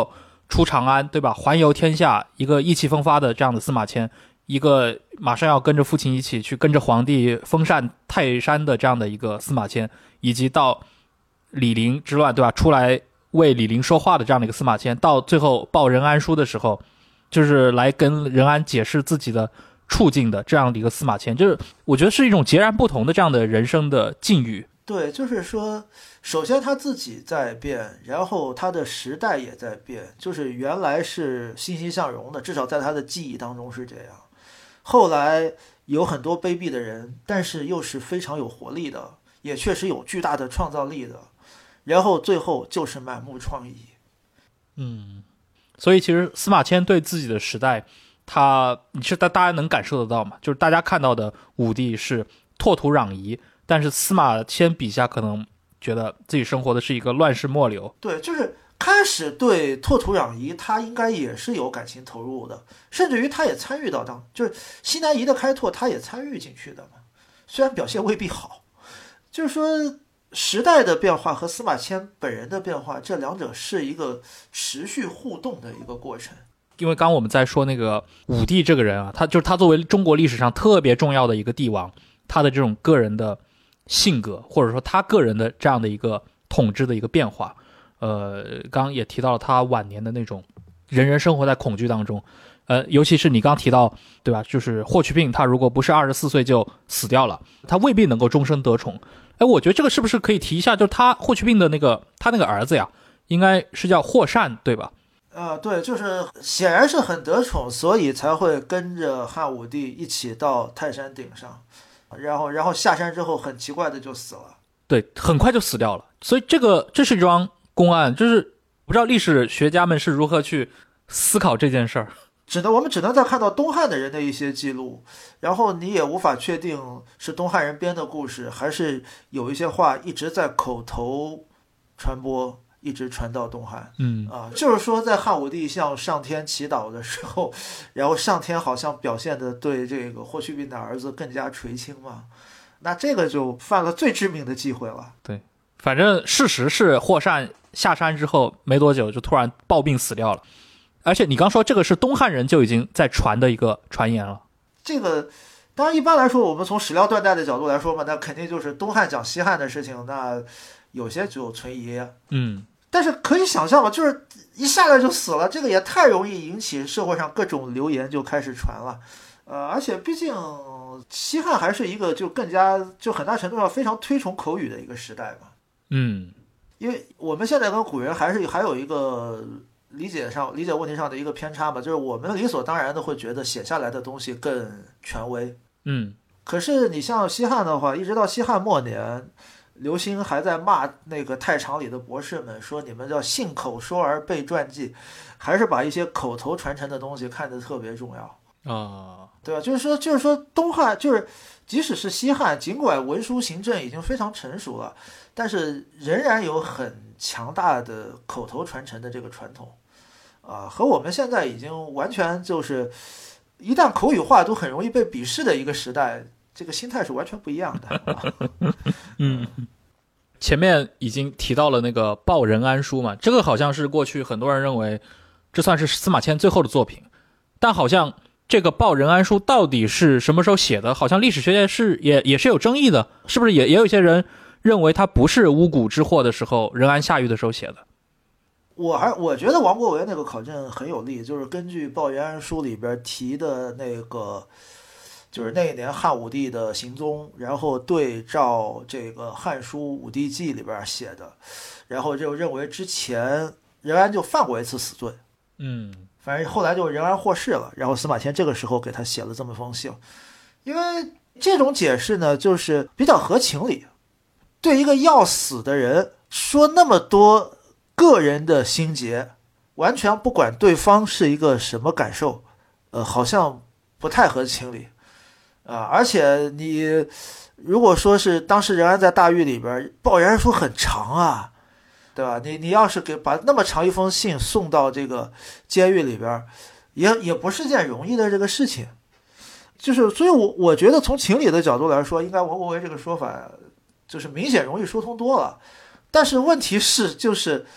出长安，对吧？环游天下，一个意气风发的这样的司马迁，一个马上要跟着父亲一起去跟着皇帝封禅泰山的这样的一个司马迁，以及到李陵之乱，对吧？出来为李陵说话的这样的一个司马迁，到最后报任安书的时候，就是来跟任安解释自己的处境的这样的一个司马迁，就是我觉得是一种截然不同的这样的人生的境遇。 对，就是说，首先他自己在变，然后他的时代也在变，就是原来是欣欣向荣的，至少在他的记忆当中是这样。后来有很多卑鄙的人，但是又是非常有活力的，也确实有巨大的创造力的，然后最后就是满目疮痍。 所以其实司马迁对自己的时代，大家能感受得到嘛？就是大家看到的武帝是拓土攘夷，但是司马迁笔下可能觉得自己生活的是一个乱世末流。 对，就是开始对拓土攘夷，他应该也是有感情投入的，甚至于他也参与到就是西南夷的开拓，他也参与进去的嘛。虽然表现未必好，就是说时代的变化和司马迁本人的变化，这两者是一个持续互动的一个过程。 因为刚我们在说那个武帝这个人啊，他作为中国历史上特别重要的一个帝王，他的这种个人的性格，或者说他个人的这样的一个统治的一个变化，刚也提到了他晚年的那种人人生活在恐惧当中，尤其是你刚提到，对吧？就是霍去病，他如果不是24岁就死掉了，他未必能够终身得宠。我觉得这个是不是可以提一下？就是霍去病的他那个儿子呀，应该是叫霍善，对吧？ 对，就是显然是很得宠，所以才会跟着汉武帝一起到泰山顶上，然后下山之后很奇怪的就死了。 对，很快就死掉了。所以这是一桩公案，就是不知道历史学家们是如何去思考这件事儿。 我们只能再看到东汉的人的一些记录，然后你也无法确定是东汉人编的故事，还是有一些话一直在口头传播，一直传到东汉。就是说在汉武帝向上天祈祷的时候，然后上天好像表现的对这个霍去病的儿子更加垂青嘛，那这个就犯了最致命的忌讳了。 对，反正事实是霍善下山之后没多久就突然暴病死掉了。而且你刚说这个是东汉人就已经在传的一个传言了。 这个当然一般来说，我们从史料断代的角度来说嘛，那肯定就是东汉讲西汉的事情，那有些就存疑。但是可以想象吧，就是一下来就死了，这个也太容易引起社会上各种流言就开始传了。而且毕竟西汉还是一个就更加就很大程度上非常推崇口语的一个时代嘛。因为我们现在跟古人还有一个理解问题上的一个偏差嘛，就是我们理所当然的会觉得写下来的东西更权威。可是你像西汉的话，一直到西汉末年，刘歆还在骂那个太常里的博士们，说你们叫信口说而背传记，还是把一些口头传承的东西看得特别重要。对吧？就是说东汉就是即使是西汉，尽管文书行政已经非常成熟了，但是仍然有很强大的口头传承的这个传统。和我们现在已经完全就是一旦口语化都很容易被鄙视的一个时代，这个心态是完全不一样的。 前面已经提到了那个报任安书嘛，这个好像是过去很多人认为这算是司马迁最后的作品，但好像这个报任安书到底是什么时候写的，好像历史学界也是有争议的，是不是也有一些人认为他不是巫蛊之祸的时候任安下狱的时候写的？ 我觉得王国维那个考证很有力，就是根据《报任安书》里边提的那个，就是那一年汉武帝的行踪，然后对照这个《汉书·武帝纪》里边写的，然后就认为之前任安就犯过一次死罪。反正后来就任安获释了，然后司马迁这个时候给他写了这么封信，因为这种解释呢，就是比较合情理。对一个要死的人说那么多个人的心结，完全不管对方是一个什么感受，好像不太合情理而且你如果说是当时任安在大狱里边，报任安书很长啊，对吧？你要是把那么长一封信送到这个监狱里边，也不是件容易的这个事情。就是所以我觉得从情理的角度来说，应该王国维这个说法就是明显容易说通多了。但是问题是，就是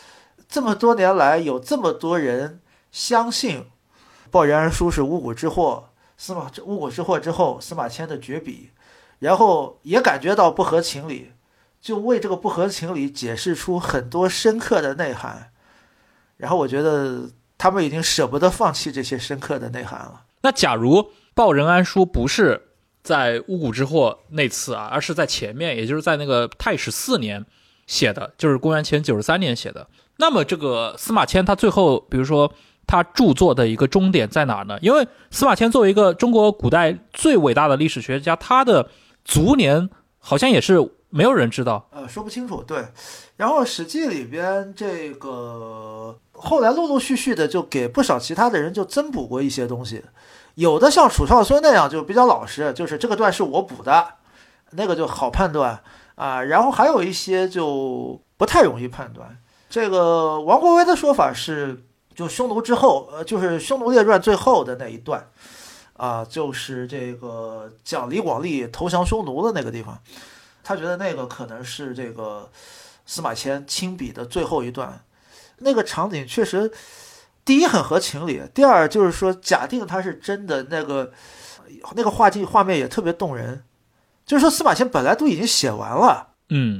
这么多年来有这么多人相信鲍仁安书是巫蛊之祸，巫蛊之祸之后司马迁的绝笔，然后也感觉到不合情理，就为这个不合情理解释出很多深刻的内涵，然后我觉得他们已经舍不得放弃这些深刻的内涵了。 那假如鲍仁安书不是在巫蛊之祸那次啊，而是在前面，也就是在那个太史4年写的，就是公元前93年写的，那么这个司马迁他最后比如说他著作的一个终点在哪呢？因为司马迁作为一个中国古代最伟大的历史学家，他的卒年好像也是没有人知道， 说不清楚。对，然后《史记》里边这个后来陆陆续续的就给不少其他的人就增补过一些东西，有的像楚少孙那样就比较老实，就是这个段是我补的，那个就好判断啊。然后还有一些就不太容易判断。这个王国维的说法是，就匈奴之后，就是《匈奴列传》最后的那一段啊，就是这个讲李广利投降匈奴的那个地方，他觉得那个可能是这个司马迁亲笔的最后一段。那个场景确实，第一很合情理，第二就是说假定它是真的，那个画面也特别动人。就是说司马迁本来都已经写完了，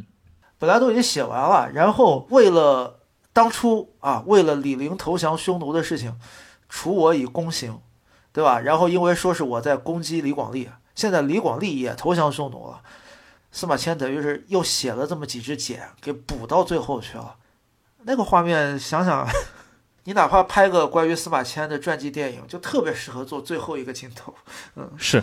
然后为了当初啊，为了李陵投降匈奴的事情，处我以宫刑，对吧？然后因为说是我在攻击李广利，现在李广利也投降匈奴了，司马迁等于是又写了这么几支简给补到最后去了。那个画面想想，你哪怕拍个关于司马迁的传记电影，就特别适合做最后一个镜头。 是。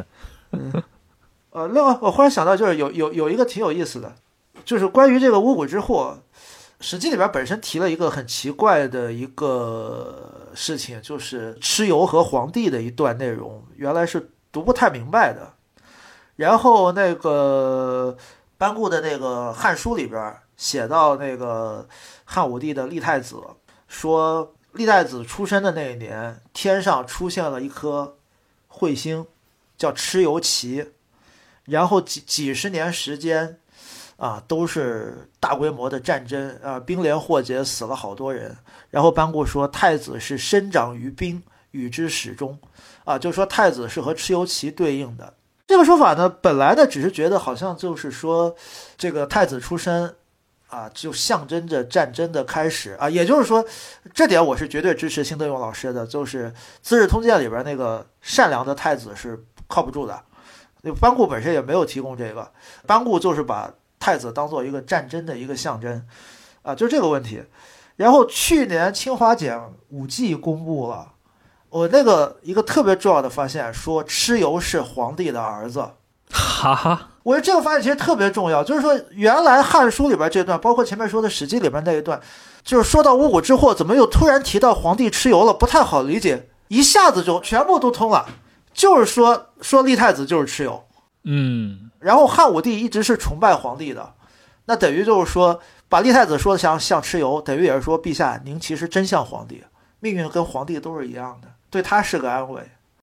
另外我忽然想到，就是有一个挺有意思的，就是关于这个巫蛊之祸，《史记》里边本身提了一个很奇怪的一个事情，就是蚩尤和黄帝的一段内容，原来是读不太明白的。然后那个班固的那个《汉书》里边写到那个汉武帝的立太子，说立太子出生的那一年，天上出现了一颗彗星，叫蚩尤旗，然后几十年时间啊，都是大规模的战争啊，兵连祸结，死了好多人。然后班固说太子是生长于兵，与之始终啊，就说太子是和蚩尤旗对应的。这个说法呢，本来呢只是觉得好像就是说这个太子出生啊，就象征着战争的开始啊。也就是说，这点我是绝对支持辛德勇老师的，就是《资治通鉴》里边那个善良的太子是靠不住的。班固本身也没有提供这个，班固就是把太子当做一个战争的一个象征啊，就这个问题。然后去年清华简5纪公布了，我那个一个特别重要的发现，说蚩尤是皇帝的儿子。 哈哈， 我觉得这个发现其实特别重要，就是说原来《汉书》里边这段，包括前面说的《史记》里边那一段，就是说到巫蛊之祸，怎么又突然提到皇帝蚩尤了，不太好理解，一下子就全部都通了。就是说立太子就是蚩尤，然后汉武帝一直是崇拜皇帝的，那等于就是说把立太子说的像蚩尤，等于也是说陛下您其实真像皇帝，命运跟皇帝都是一样的，对他是个安慰。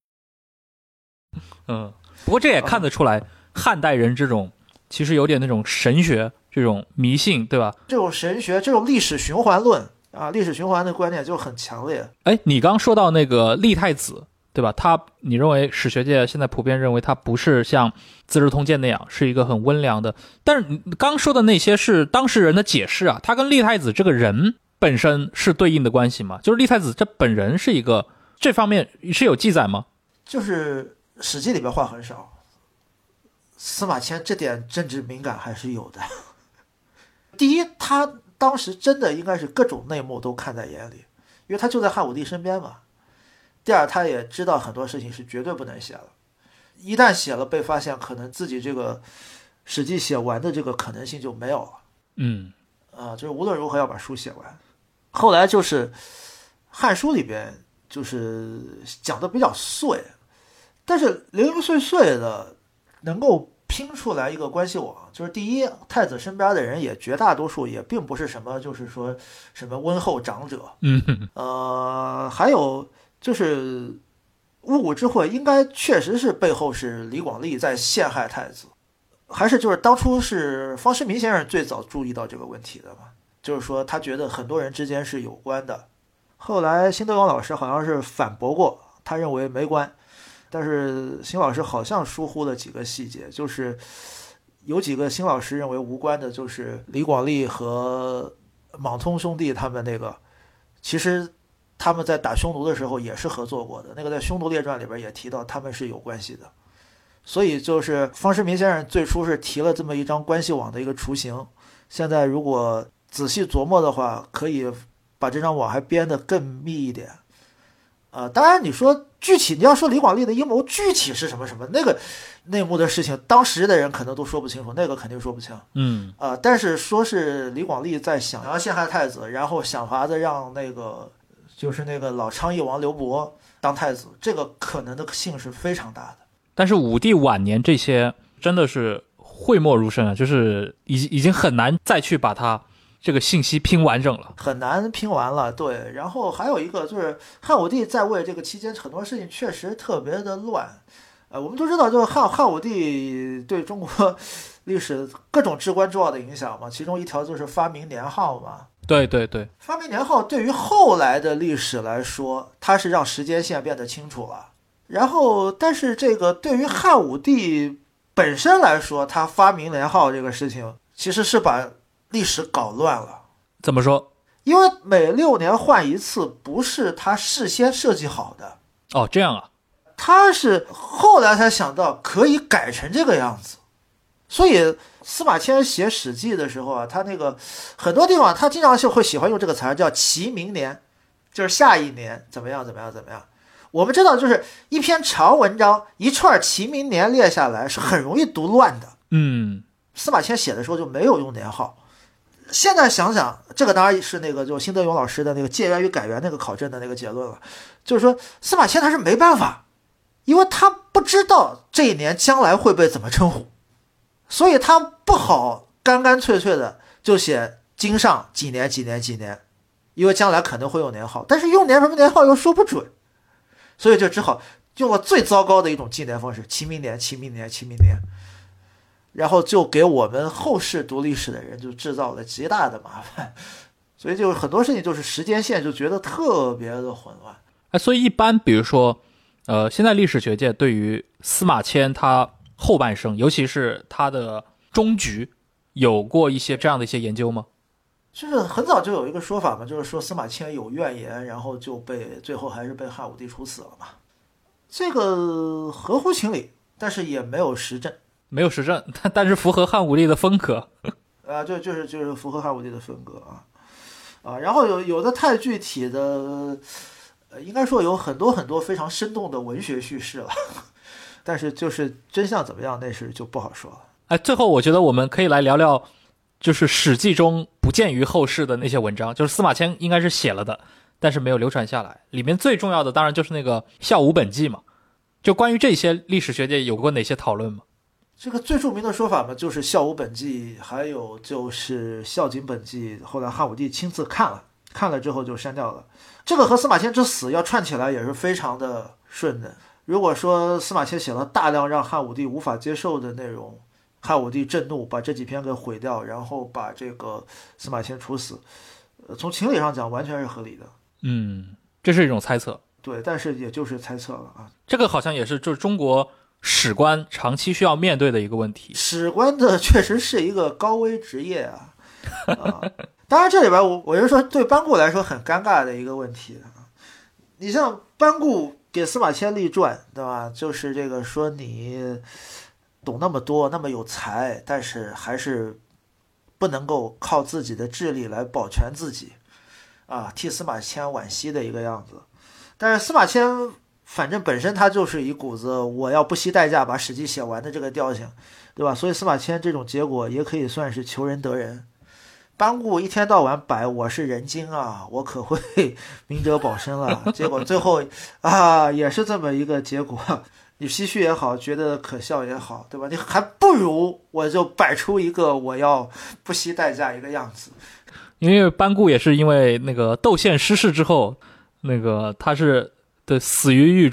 不过这也看得出来，汉代人这种其实有点那种神学这种迷信，对吧？ 这种神学，这种历史循环论啊，历史循环的观念就很强烈。 你刚说到那个立太子，对吧？你认为史学界现在普遍认为他不是像《资治通鉴》那样是一个很温良的，但是你刚说的那些是当事人的解释啊，他跟立太子这个人本身是对应的关系吗？就是立太子这本人是一个，这方面是有记载吗？ 就是《史记》里边话很少，司马迁这点政治敏感还是有的。第一，他当时真的应该是各种内幕都看在眼里，因为他就在汉武帝身边嘛。第二，他也知道很多事情是绝对不能写了，一旦写了被发现，可能自己这个史记写完的这个可能性就没有了。就是无论如何要把书写完。后来就是《汉书》里边就是讲的比较碎，但是零零碎碎的能够拼出来一个关系网，就是第一，太子身边的人也绝大多数也并不是什么就是说什么温厚长者，还有就是巫蛊之祸应该确实是背后是李广利在陷害太子，还是就是当初是方世民先生最早注意到这个问题的嘛？ 就是说他觉得很多人之间是有关的。后来辛德勇老师好像是反驳过，他认为没关，但是辛老师好像疏忽了几个细节，就是有几个辛老师认为无关的，就是李广利和莽通兄弟他们那个，其实他们在打匈奴的时候也是合作过的，那个在《匈奴列传》里边也提到他们是有关系的。所以就是方世民先生最初是提了这么一张关系网的一个雏形，现在如果仔细琢磨的话，可以把这张网还编得更密一点。当然你说具体，你要说李广利的阴谋具体是什么什么，那个内幕的事情，当时的人可能都说不清楚，那个肯定说不清。但是说是李广利在想要陷害太子，然后想法子让那个就是那个老昌邑王刘伯当太子，这个可能的性是非常大的。 但是武帝晚年这些真的是讳莫如深啊，就是已经很难再去把它这个信息拼完整了， 很难拼完了。对，然后还有一个就是汉武帝在位这个期间，很多事情确实特别的乱。我们都知道，就是汉武帝对中国历史各种至关重要的影响嘛，其中一条就是发明年号嘛。 对对对， 发明年号对于后来的历史来说，它是让时间线变得清楚了。然后，但是这个对于汉武帝本身来说，他发明年号这个事情，其实是把历史搞乱了。 怎么说？ 因为每6年换一次，不是他事先设计好的。 哦，这样啊。 他是后来才想到可以改成这个样子。所以司马迁写《史记》的时候啊，他那个很多地方他经常是会喜欢用这个词叫其明年，就是下一年怎么样怎么样怎么样。我们知道，就是一篇长文章一串其明年列下来是很容易读乱的。司马迁写的时候就没有用年号。现在想想，这个当然是那个就辛德勇老师的那个借元与改元那个考证的那个结论了，就是说司马迁他是没办法，因为他不知道这一年将来会被怎么称呼，所以他不好干干脆脆的就写经上几年几年几年，因为将来可能会用年号，但是用什么年号又说不准，所以就只好用了最糟糕的一种纪年方式，其明年其明年其明年，然后就给我们后世读历史的人就制造了极大的麻烦。所以就很多事情就是时间线就觉得特别的混乱。 所以一般比如说现在历史学界对于司马迁他后半生，尤其是他的终局，有过一些这样的一些研究吗？ 就是很早就有一个说法嘛，就是说司马迁有怨言，然后就最后还是被汉武帝处死了嘛。这个合乎情理，但是也没有实证。 没有实证，但是符合汉武帝的风格。 就是符合汉武帝的风格啊。然后有的太具体的，应该说有很多很多非常生动的文学叙事了，但是就是真相怎么样，那是就不好说了。 最后我觉得我们可以来聊聊，就是《史记》中不见于后世的那些文章，就是司马迁应该是写了的，但是没有流传下来。里面最重要的当然就是那个《孝武本纪》嘛。就关于这些，历史学界有过哪些讨论吗？ 这个最著名的说法嘛，就是《孝武本纪》，还有就是《孝景本纪》，后来汉武帝亲自看了之后就删掉了。这个和司马迁之死要串起来也是非常的顺的。如果说司马迁写了大量让汉武帝无法接受的内容，汉武帝震怒，把这几篇给毁掉，然后把这个司马迁处死，从情理上讲完全是合理的。 这是一种猜测。 对，但是也就是猜测了啊。 这个好像也是就是中国史官长期需要面对的一个问题。 史官的确实是一个高危职业啊。当然这里边我就说对班固来说很尴尬的一个问题。你像班固给司马迁立传，对吧？就是这个说你懂那么多，那么有才，但是还是不能够靠自己的智力来保全自己啊，替司马迁惋惜的一个样子。但是司马迁反正本身他就是一股子我要不惜代价把史记写完的这个调性，对吧？所以司马迁这种结果也可以算是求仁得仁。班固一天到晚摆我是人精啊，我可会明哲保身了，结果最后也是这么一个结果。你唏嘘也好，觉得可笑也好，对吧？你还不如我就摆出一个我要不惜代价一个样子。 因为班固也是因为那个窦宪失势之后，那个他是死于狱中，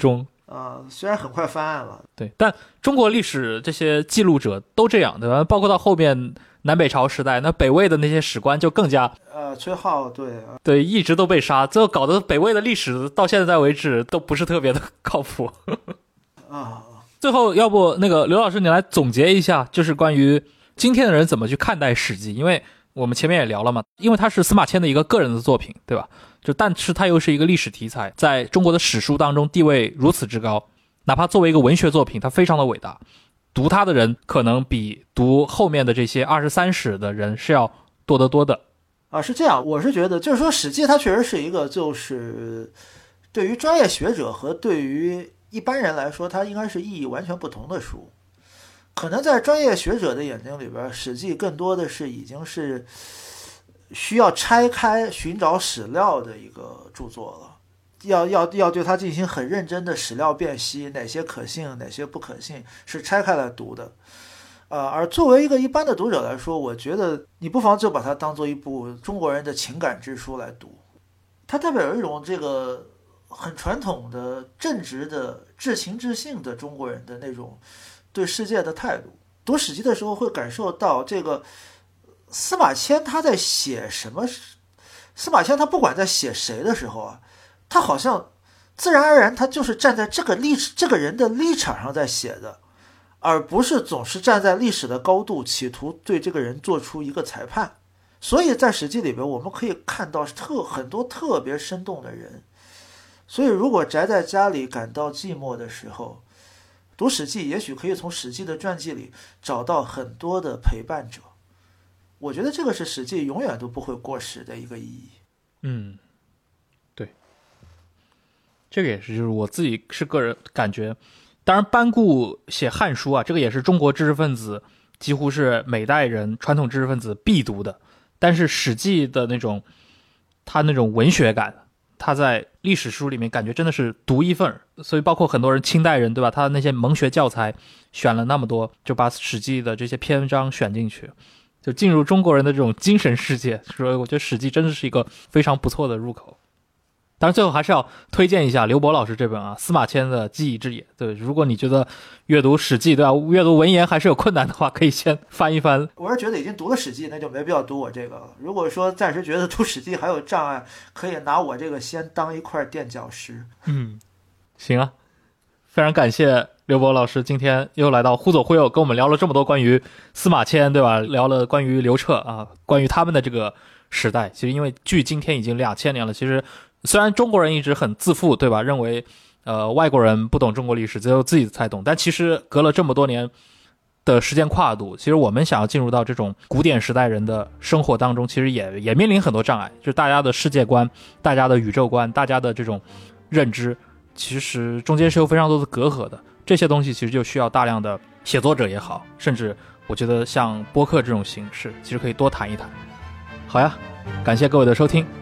虽然很快翻案了， 对，但中国历史这些记录者都这样，对吧？包括到后面南北朝时代，那北魏的那些史官就更加崔颢对一直都被杀，最后搞得北魏的历史到现在为止都不是特别的靠谱啊。 最后，要不那个刘老师你来总结一下，就是关于今天的人怎么去看待《史记》，因为我们前面也聊了嘛，因为它是司马迁的一个个人的作品，对吧？但是它又是一个历史题材，在中国的史书当中地位如此之高，哪怕作为一个文学作品，它非常的伟大，读它的人可能比读后面的这些23史的人是要多得多的。 是这样，我是觉得就是说《史记》它确实是一个就是对于专业学者和对于一般人来说，它应该是意义完全不同的书。可能在专业学者的眼睛里边，《史记》更多的是已经是需要拆开寻找史料的一个著作了，要对它进行很认真的史料辨析，哪些可信，哪些不可信，是拆开来读的。而作为一个一般的读者来说，我觉得你不妨就把它当做一部中国人的情感之书来读，它代表有一种这个很传统的正直的至情至性的中国人的那种对世界的态度。读史记的时候会感受到这个司马迁他在写什么，司马迁他不管在写谁的时候啊，他好像自然而然他就是站在这个人的立场上在写的，而不是总是站在历史的高度企图对这个人做出一个裁判。所以在史记里边我们可以看到很多特别生动的人。所以如果宅在家里感到寂寞的时候，读史记也许可以从史记的传记里找到很多的陪伴者。我觉得这个是史记永远都不会过时的一个意义。 对，这个也是，就是我自己是个人感觉，当然班固写《汉书》啊，这个也是中国知识分子几乎是每代人传统知识分子必读的。但是《史记》的它那种文学感，它在历史书里面感觉真的是独一份，所以包括很多人清代人，对吧？他那些蒙学教材选了那么多，就把《史记》的这些篇章选进去，就进入中国人的这种精神世界。所以我觉得《史记》真的是一个非常不错的入口。当然最后还是要推荐一下刘伯老师这本司马迁的记忆之野。对，如果你觉得阅读史记，对吧，阅读文言还是有困难的话，可以先翻一翻。 我是觉得已经读了史记，那就没必要读我这个了。如果说暂时觉得读史记还有障碍，可以拿我这个先当一块垫脚石。 行啊，非常感谢刘伯老师今天又来到忽左忽右，跟我们聊了这么多关于司马迁，对吧？聊了关于刘彻啊，关于他们的这个时代。其实因为距今天已经2000年了，其实虽然中国人一直很自负，对吧？认为外国人不懂中国历史，只有自己才懂，但其实隔了这么多年的时间跨度，其实我们想要进入到这种古典时代人的生活当中，其实也面临很多障碍，就是大家的世界观、大家的宇宙观、大家的这种认知，其实中间是有非常多的隔阂的。这些东西其实就需要大量的写作者也好，甚至我觉得像播客这种形式，其实可以多谈一谈。好呀，感谢各位的收听。